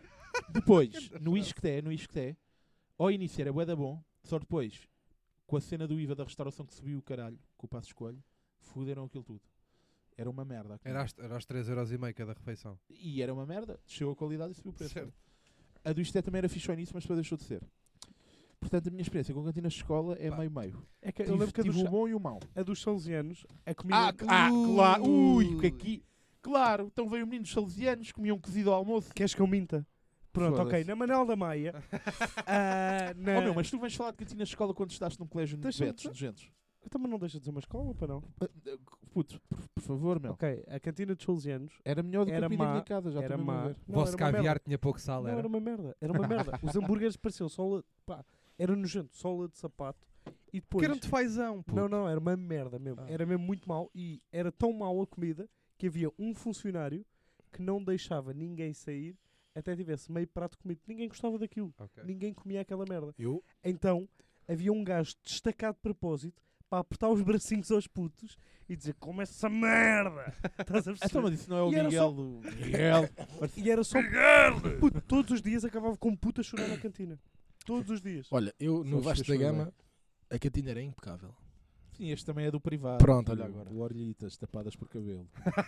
Depois, no Isqueté, ao início era bué da bom, só depois, com a cena do IVA da restauração que subiu o caralho, com o passo escolho, fuderam aquilo tudo. Era uma merda. a comida. Era aos 3,5€ cada refeição. E era uma merda. Desceu a qualidade e subiu o preço. Certo. A do Isqueté também era fixe ao início, mas depois deixou de ser. Portanto, a minha experiência com cantinas de escola é Pá. meio-meio. É que eu lembro que a Tive o dos, bom e o mau. a dos salesianos, a comida... Claro. Ui, que aqui... Claro, então veio o menino dos salesianos, comiam um cozido ao almoço. Queres que eu minta? Pronto, Foda-se. ok. Na Manel da Maia... Oh meu, mas tu vais falar de cantinas de escola quando estudaste num colégio de Deixa-me betos, nojentos. Também não deixa de ser uma escola, para não? Puto, por favor, meu. Ok, a cantina dos salesianos Era melhor do que Era a comida da má, minha casa, já era estou mesmo a má. ver. O Não, vosso era uma caviar merda. tinha pouco sal, Não, era? era uma merda. Era uma merda. Os hambúrgueres pareciam sola... Pá, era nojento. Sola de sapato. E depois... Porque era um de fazão, pô. Não, era uma merda mesmo. Era mesmo muito mau. E era tão mau a comida que havia um funcionário que não deixava ninguém sair até tivesse meio prato comido. Ninguém gostava daquilo. Ok. Ninguém comia aquela merda. Eu, Então, havia um gajo destacado de propósito para apertar os bracinhos aos putos e dizer: come essa merda! Estás a Então, perceber? mas isso não é o E era Miguel só- do... Miguel. E era só. Puto, todos os dias acabava com um puto a chorar na cantina. Todos os dias. olha, eu no Sabes Vasco que da eu chorei. Gama, a cantina era impecável. Sim, este também é do privado. Pronto, olha agora. O orelhitas tapadas por cabelo.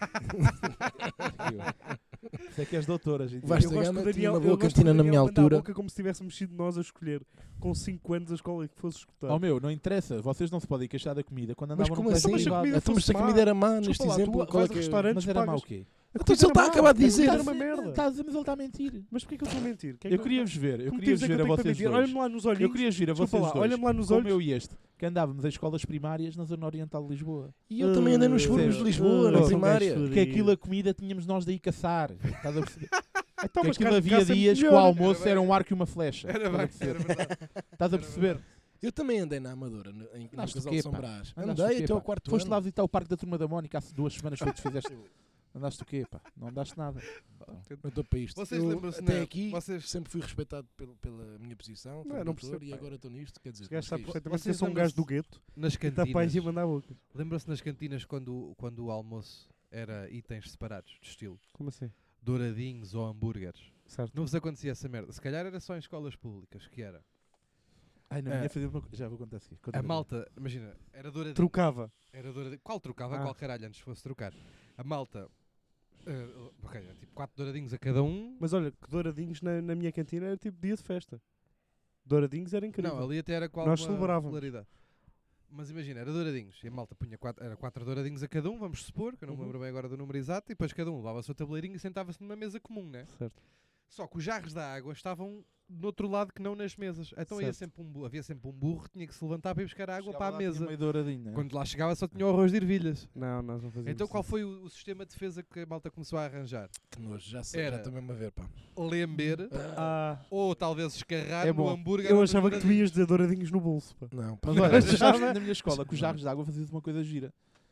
Isso é que és doutora, gente. O Vasco Eu da gosto Gama que o tinha uma eu boa gosto que o cantina na Daniel minha manda a altura. boca como se tivéssemos sido nós a escolher com 5 anos a escola que fosse escutar. Oh meu, não interessa. Vocês não se podem queixar da comida quando Mas andavam como num assim? colégio Mas a privado. comida Então, mas se a fosse comida má. era má, neste Desculpa lá, exemplo, tu qual é vais que ao é? restaurante, Mas era mau o pagas. quê? Então se ele está a acabar de dizer. Era uma merda. Mas ele está a mentir. Mas porquê que eu estou a mentir? Eu queria-vos ver. Eu Como queria dizer ver que a eu tenho que vocês mentir? dois. Olha-me lá nos Eu olhinhos. queria ver a Desculpa vocês lá, dois. olha-me lá nos Como olhos. eu e este, que andávamos em escolas primárias na zona oriental de Lisboa. E eu também andei nos subúrbios de Lisboa, na Oh, primária. Que aquilo a comida tínhamos nós de ir caçar. Estás a perceber? Então, Que mas aquilo cá- havia cá sempre dias que o melhor. almoço Era era bem. um arco e uma flecha. Era Estás a bem, perceber? era verdade. Estás a Era perceber? Eu também andei na Amadora, no Andaste Casal o quê, de São pá? Brás. Andaste o Andei quê, até ao pá? quarto Foste ano. lá visitar o Parque da Turma da Mónica há 2 semanas foi que fizeste. Andaste o quê, pá? Não andaste nada. Não estou para isto. Vocês Eu, lembram-se, até né? aqui, Vocês- sempre fui respeitado pela minha posição, Não, como não doutor, percebo, e pá. agora estou nisto, quer dizer, Este gajo mas sabe que é isto? perfeitamente que eu Vocês sou um gajo do lembram-se- gueto Nas e está paz e cantinas. manda a boca. Lembram-se nas cantinas quando o almoço era itens separados, de estilo Como assim? douradinhos ou hambúrgueres? Certo. Não vos acontecia essa merda. Se calhar era só em escolas públicas, que era. Ai, não, É. ia fazer uma coisa. Já vou contar a seguir. Conta A aí. malta, imagina, era douradinho. Trocava. Era douradinho. Qual trocava? Ah. Qual caralho antes fosse trocar? A malta, ok, era tipo 4 douradinhos a cada um. Mas olha, que douradinhos na minha cantina era tipo dia de festa. Douradinhos era incrível. Não, ali até era qual Nós uma celebrávamos. regularidade. Mas imagina, era douradinhos. E a malta punha 4 douradinhos a cada um, vamos supor, que eu não me Uhum. lembro bem agora do número exato, e depois cada um levava o seu tabuleirinho e sentava-se numa mesa comum, né? Certo. Só que os jarros da água estavam no outro lado que não nas mesas. Então Certo. havia sempre um burro que tinha que se levantar para ir buscar água Chegava para a lá, tinha mesa. meio douradinho, né? Quando lá chegava só tinha o arroz de ervilhas. Não, nós não fazíamos Então qual isso. foi o sistema de defesa que a malta começou a arranjar? Que nojo, já sei, Era. já estou mesmo a ver, pá. Lember Ah, ou talvez escarrar é no bom. hambúrguer. Eu ou nos achava que tu douradinhos. ias dizer douradinhos no bolso. Pá. Não, pá. Mas olha, Já sabes vai- que na minha escola, com os jarros de água, fazias uma coisa gira.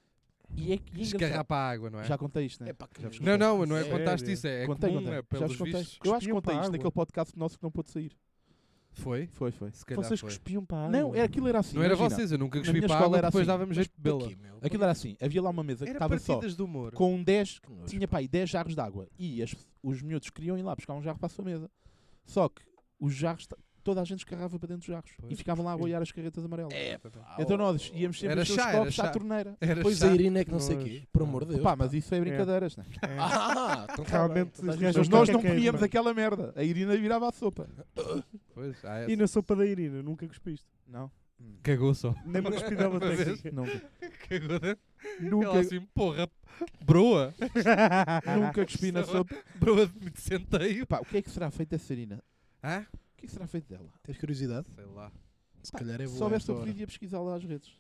E é que Escarrapa a água, não é? já contei isto, né? É pá, que Já nojo. vos Não, não é Sério? contaste isso, é Contei, comum, contei. é Já pelos vos contei. vistos. Eu acho que Cuspiam contei para a isto água. naquele podcast nosso que não pôde sair. Foi? Foi. Se calhar Vocês foi. cuspiam para a água. Não, aquilo era assim. Não era imagina. vocês, eu nunca Na cuspi minha para a escola água, era depois assim. dava-me jeito de Para bebê-la. quê, meu? Aquilo era assim. Havia lá uma mesa que Era estava só partidas de humor. com 10, Que nojo, tinha pá, aí 10 jarros de água. E os miúdos queriam ir lá buscar um jarro para a sua mesa. Só que os jarros, toda a gente escarrava para dentro dos jarros. Pois. E ficavam lá a boiar as carretas amarelas. É pá. Então nós íamos sempre Era encher os chá, era copos à chá. torneira. Era Pois chato. a Irina é que não sei o Nojo. quê. Por amor de Deus. Pá, mas isso é brincadeiras, né? Ah, então tá Realmente, bem. os Mas gajos nós que não é queijo, comíamos mano. aquela merda. A Irina virava a sopa. Pois, E na sopa da Irina, nunca cuspiste. Não. Cagou só. Nem uma cuspidela Uma vez. técnica. Nunca. Cagou dentro. Nunca. Ela assim, porra, broa. Nunca cuspi na sopa. Broa de centeio. Pá, o que é que será feito dessa Irina? Hã? O que é que será feito dela? Tens curiosidade? Sei lá. Se calhar é Se boa soubesse esta o hora. pedido ia pesquisar lá às redes.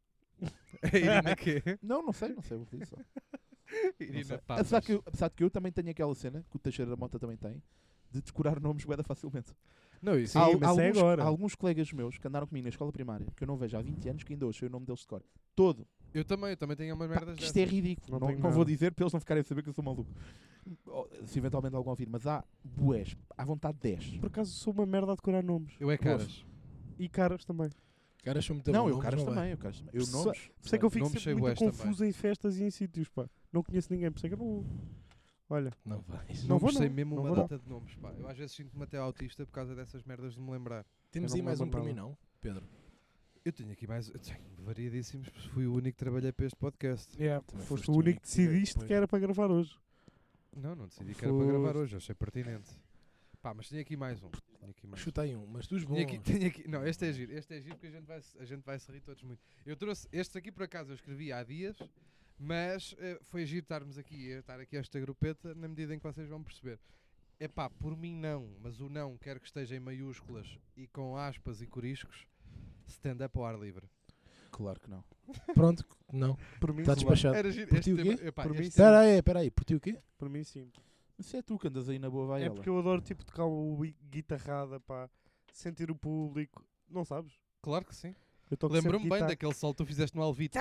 A Irina quê? Não, não sei vou pedir só. Não sei. Irina Papas. Apesar que eu também tenho aquela cena, que o Teixeira da Mota também tem, de decorar nomes bué da facilmente. Não, isso Sim, mas é agora. alguns colegas meus que andaram comigo na escola primária, que eu não vejo há 20 anos, que ainda hoje sei o nome deles de cor. Todo. eu também tenho umas Pá, merdas isto é dessas. ridículo. Não Não, tenho não vou nada. dizer para eles não ficarem a saber que eu sou maluco. Se eventualmente algum ouvir, mas há bués, à vontade 10. Por acaso sou uma merda a decorar nomes. Eu é caras. E caras também. Caras são muito Não, bons, eu caras não vai. também. Eu caras também. Eu Só- nomes. Por isso é que eu fico Nomes sempre sei muito bués confuso em festas e em sítios, pá. Não conheço ninguém, por isso é que eu não... Olha, Não vais. Não vou, Nomes sei não. mesmo Não uma vou, não. data de nomes, pá. Eu às vezes sinto-me até autista por causa dessas merdas de me lembrar. Temos Eu aí não mais me um lembro para mim, nada. não, Pedro? Eu tenho aqui mais... eu tenho variadíssimos, porque fui o único que trabalhei para este podcast. yeah, Também foste foste o o único único que que tiveste, decidiste pois. que era para gravar hoje. Não decidi que era para gravar hoje, achei pertinente. Pá, mas tenho aqui mais um. Tenho aqui mais um. Chuta aí um, mas dos bons. Tenho aqui, não, este é giro porque a gente vai se rir todos muito. Eu trouxe, estes aqui por acaso eu escrevi há dias, mas foi giro estarmos aqui, estar aqui esta grupeta na medida em que vocês vão perceber. É pá, por mim não, mas o não quero que esteja em maiúsculas e com aspas e coriscos, stand-up ao ar livre. Claro que não. Pronto, não. Por mim, Está sim. despachado. Era giro, Por este ti o tema, quê? epá, Por mim, este sim. Espera aí, por ti o quê? Por mim, sim. Mas se é tu que andas aí na boa É vaiola. porque eu adoro tipo tocar o guitarrada, pá. Sentir o público. Não sabes? claro que sim. Eu toco Lembro-me sempre bem guitarra. daquele sol que tu fizeste no Alvito.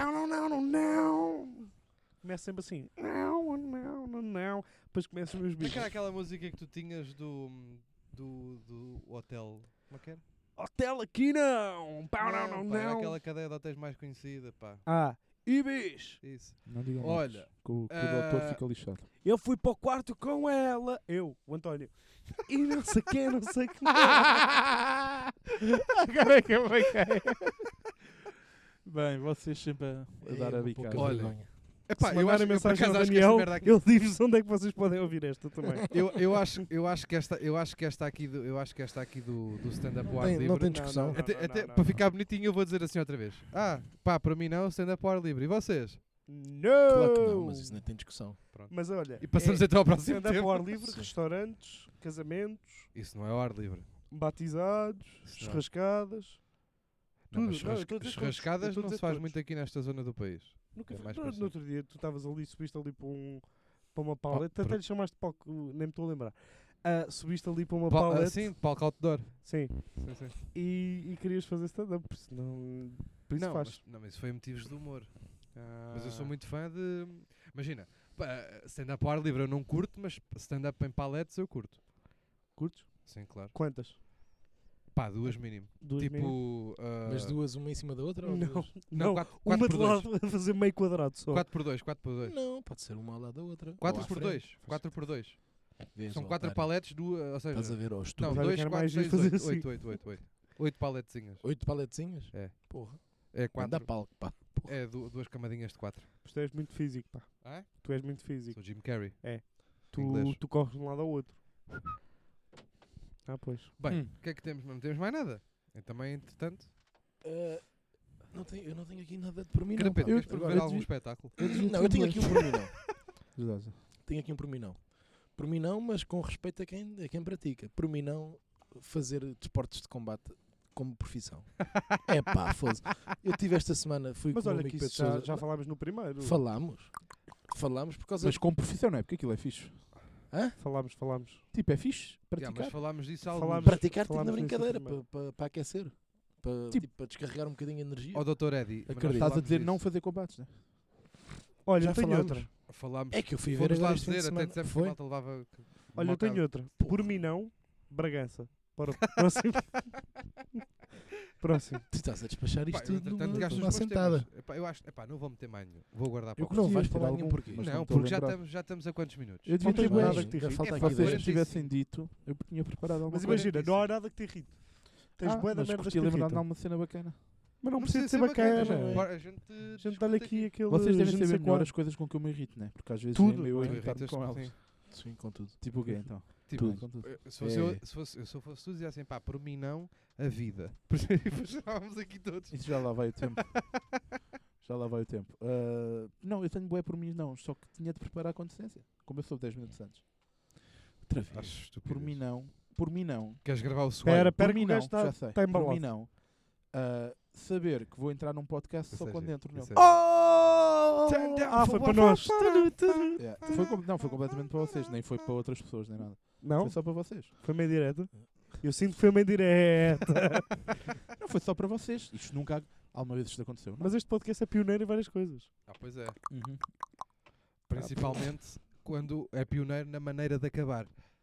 Não. Começa sempre assim. Não. Depois começam os meus Como é bichos. que era aquela música que tu tinhas do hotel? Como é que era? Hotel aqui não. Pá, não. Pá, era aquela cadeia de hotéis mais conhecida, pá. Ibis. Isso. Não digam Olha, nomes, que o doutor ah, fica lixado. Eu fui para o quarto com ela. Eu, o António. E não sei quem, não sei quem. Agora é que eu fiquei. Bem, vocês sempre a dar a uma bicada. pouca Olha, vergonha. Epá, Se eu mandarem acho, eu por mensagem acaso ao acho que esta Daniel, merda aqui... ele diz-vos onde é que vocês podem ouvir esta também. Eu acho que esta aqui do stand-up ao ar Não livre... tem discussão. Até para ficar bonitinho eu vou dizer assim outra vez. Pá, para mim não, stand-up ao ar livre. E vocês? Não! Claro que não, mas isso não tem discussão. Mas olha, E passamos então ao próximo stand-up tema. ao ar livre, Sim. restaurantes, casamentos, Isso não é ao ar livre. batizados, Isso não. churrascadas. Não, mas Tudo. Não, eu estou a dizer churrascadas todos. Eu estou a não dizer se faz todos. muito aqui nesta zona do país. Nunca É foi. mais No parecido. outro dia tu estavas ali, subiste ali para uma paleta. Até lhe chamaste palco, nem me estou a lembrar. Subiste ali para uma paleta. Sim, palco outdoor. Sim. Sim, sim. E querias fazer stand-up, por isso não. Por isso Não, faz. mas isso foi motivos de humor. Mas eu sou Ah. muito fã de... Imagina, stand-up ao ar livre eu não curto, mas stand-up em paletes eu curto. Curtes? Sim, claro. Quantas? Pá, duas mínimo. Duas mil? Tipo... Mas duas, uma em cima da outra? Ou Não, duas? Não, uma 4 de por 2. lado a fazer meio quadrado só. 4 por 2, 4 por 2. Não, pode ser uma ao lado da outra. 4 Ou à por frente. 2. 4 por 2. Vês, São ó, 4 otário. paletes, ou seja... Estás a ver, ó, Não, estúpido. Vai 2, ficar 4, mais 6, giro fazer 8. assim. 8. 8 paletezinhas. 8 paletezinhas? É. Porra. É Dá 4. palco, pá. É duas camadinhas de 4. Tu és muito físico, pá. Ah? Tu és muito físico. Sou Jim Carrey. Inglês. Tu corres de um lado ao outro. Pois. Bem, o que é que temos? Não temos mais nada. Eu também, entretanto... Eu não tenho aqui nada de por mim, não. Carapete, pá. queres promover agora- algum espetáculo? Não, eu tenho aqui um por mim, não. Verdade. Tenho aqui um por mim, não. Por mim, não, mas com respeito a quem pratica. Por mim, não fazer desportos de combate como profissão. É pá, foda-se. Eu tive esta semana, fui Mas com o olha meu que amigo isso Pedro Sousa. já falámos no primeiro. Falámos por causa Mas com profissão não é? Porque aquilo é fixe. Falámos. Tipo, é fixe Já, praticar. mas falámos disso há Falámos- alguns. praticar tipo, na falámos nisso brincadeira, também. para aquecer. Para Tipo- para descarregar um bocadinho de energia. Ó Dr. Eddie, mas nós Acredito. Estás a falámos dizer disso. não fazer combates, né? Olha, Já eu tenho falámos. outra. Falámos. É que eu fui ver Fomos lá agora este fim de dizer, até semana. dissemos que Foi? a malta levava. Olha, eu tenho mocado. outra. Por mim não, Bragança. Para o próximo. Próximo. Tu estás a despachar Pá, isto eu, tudo entretanto, gasto os numa bons sentada. temas. Epá, eu acho, epá, não vou meter mais nenhum. Vou guardar para Eu o curtia Não vais ter falar algum, nenhum porquê? mas Não, estou a porque já lembrar. estamos a quantos minutos? Eu devia Falta ter mais, guardado. nada que te ainda irrite. falta É, Se aqui vocês 45. tivessem dito, eu tinha preparado alguma Mas coisa. imagina, não há nada que te irrite. Tens bué da mas merdas que curtia te lembrar de irritam. alguma cena bacana. Mas não precisa de ser bacana. A gente A gente dá-lhe aqui aquele... Vocês devem je ne saber sais melhor quoi. as coisas com que eu me irrito, né? Porque às vezes Tudo. é eu Tu irritar-me com elas. Sim, com tudo. Tipo o quê, então? Tipo, Com tudo. se fosse se eu fosse tu, dizia assim, pá, por mim não, a vida. Depois estávamos aqui todos. Isso já lá vai o tempo. Já lá vai o tempo. Não, eu tenho bué por mim não, só que tinha de preparar com decência. Como eu soube 10 minutos antes. Outra vez. Acho estúpido. Por mim não. Por mim não. Queres gravar o Espera, sueiro? Por que mim o não, gajo está já sei. tá Por embalado. mim não. Saber que vou entrar num podcast Isso só é quando giro, entro nele. isso é Oh! Turn down Ah, for foi what? para nós. Yeah. Não, foi completamente para vocês, nem foi para outras pessoas, nem nada. Não? Foi só para vocês. Foi meio direta? Eu sinto que foi meio direta. Não, foi só para vocês. Isto nunca. Alguma vez isto aconteceu? Não? Mas este podcast é pioneiro em várias coisas. Ah, pois é. Uhum. Principalmente quando é pioneiro na maneira de acabar.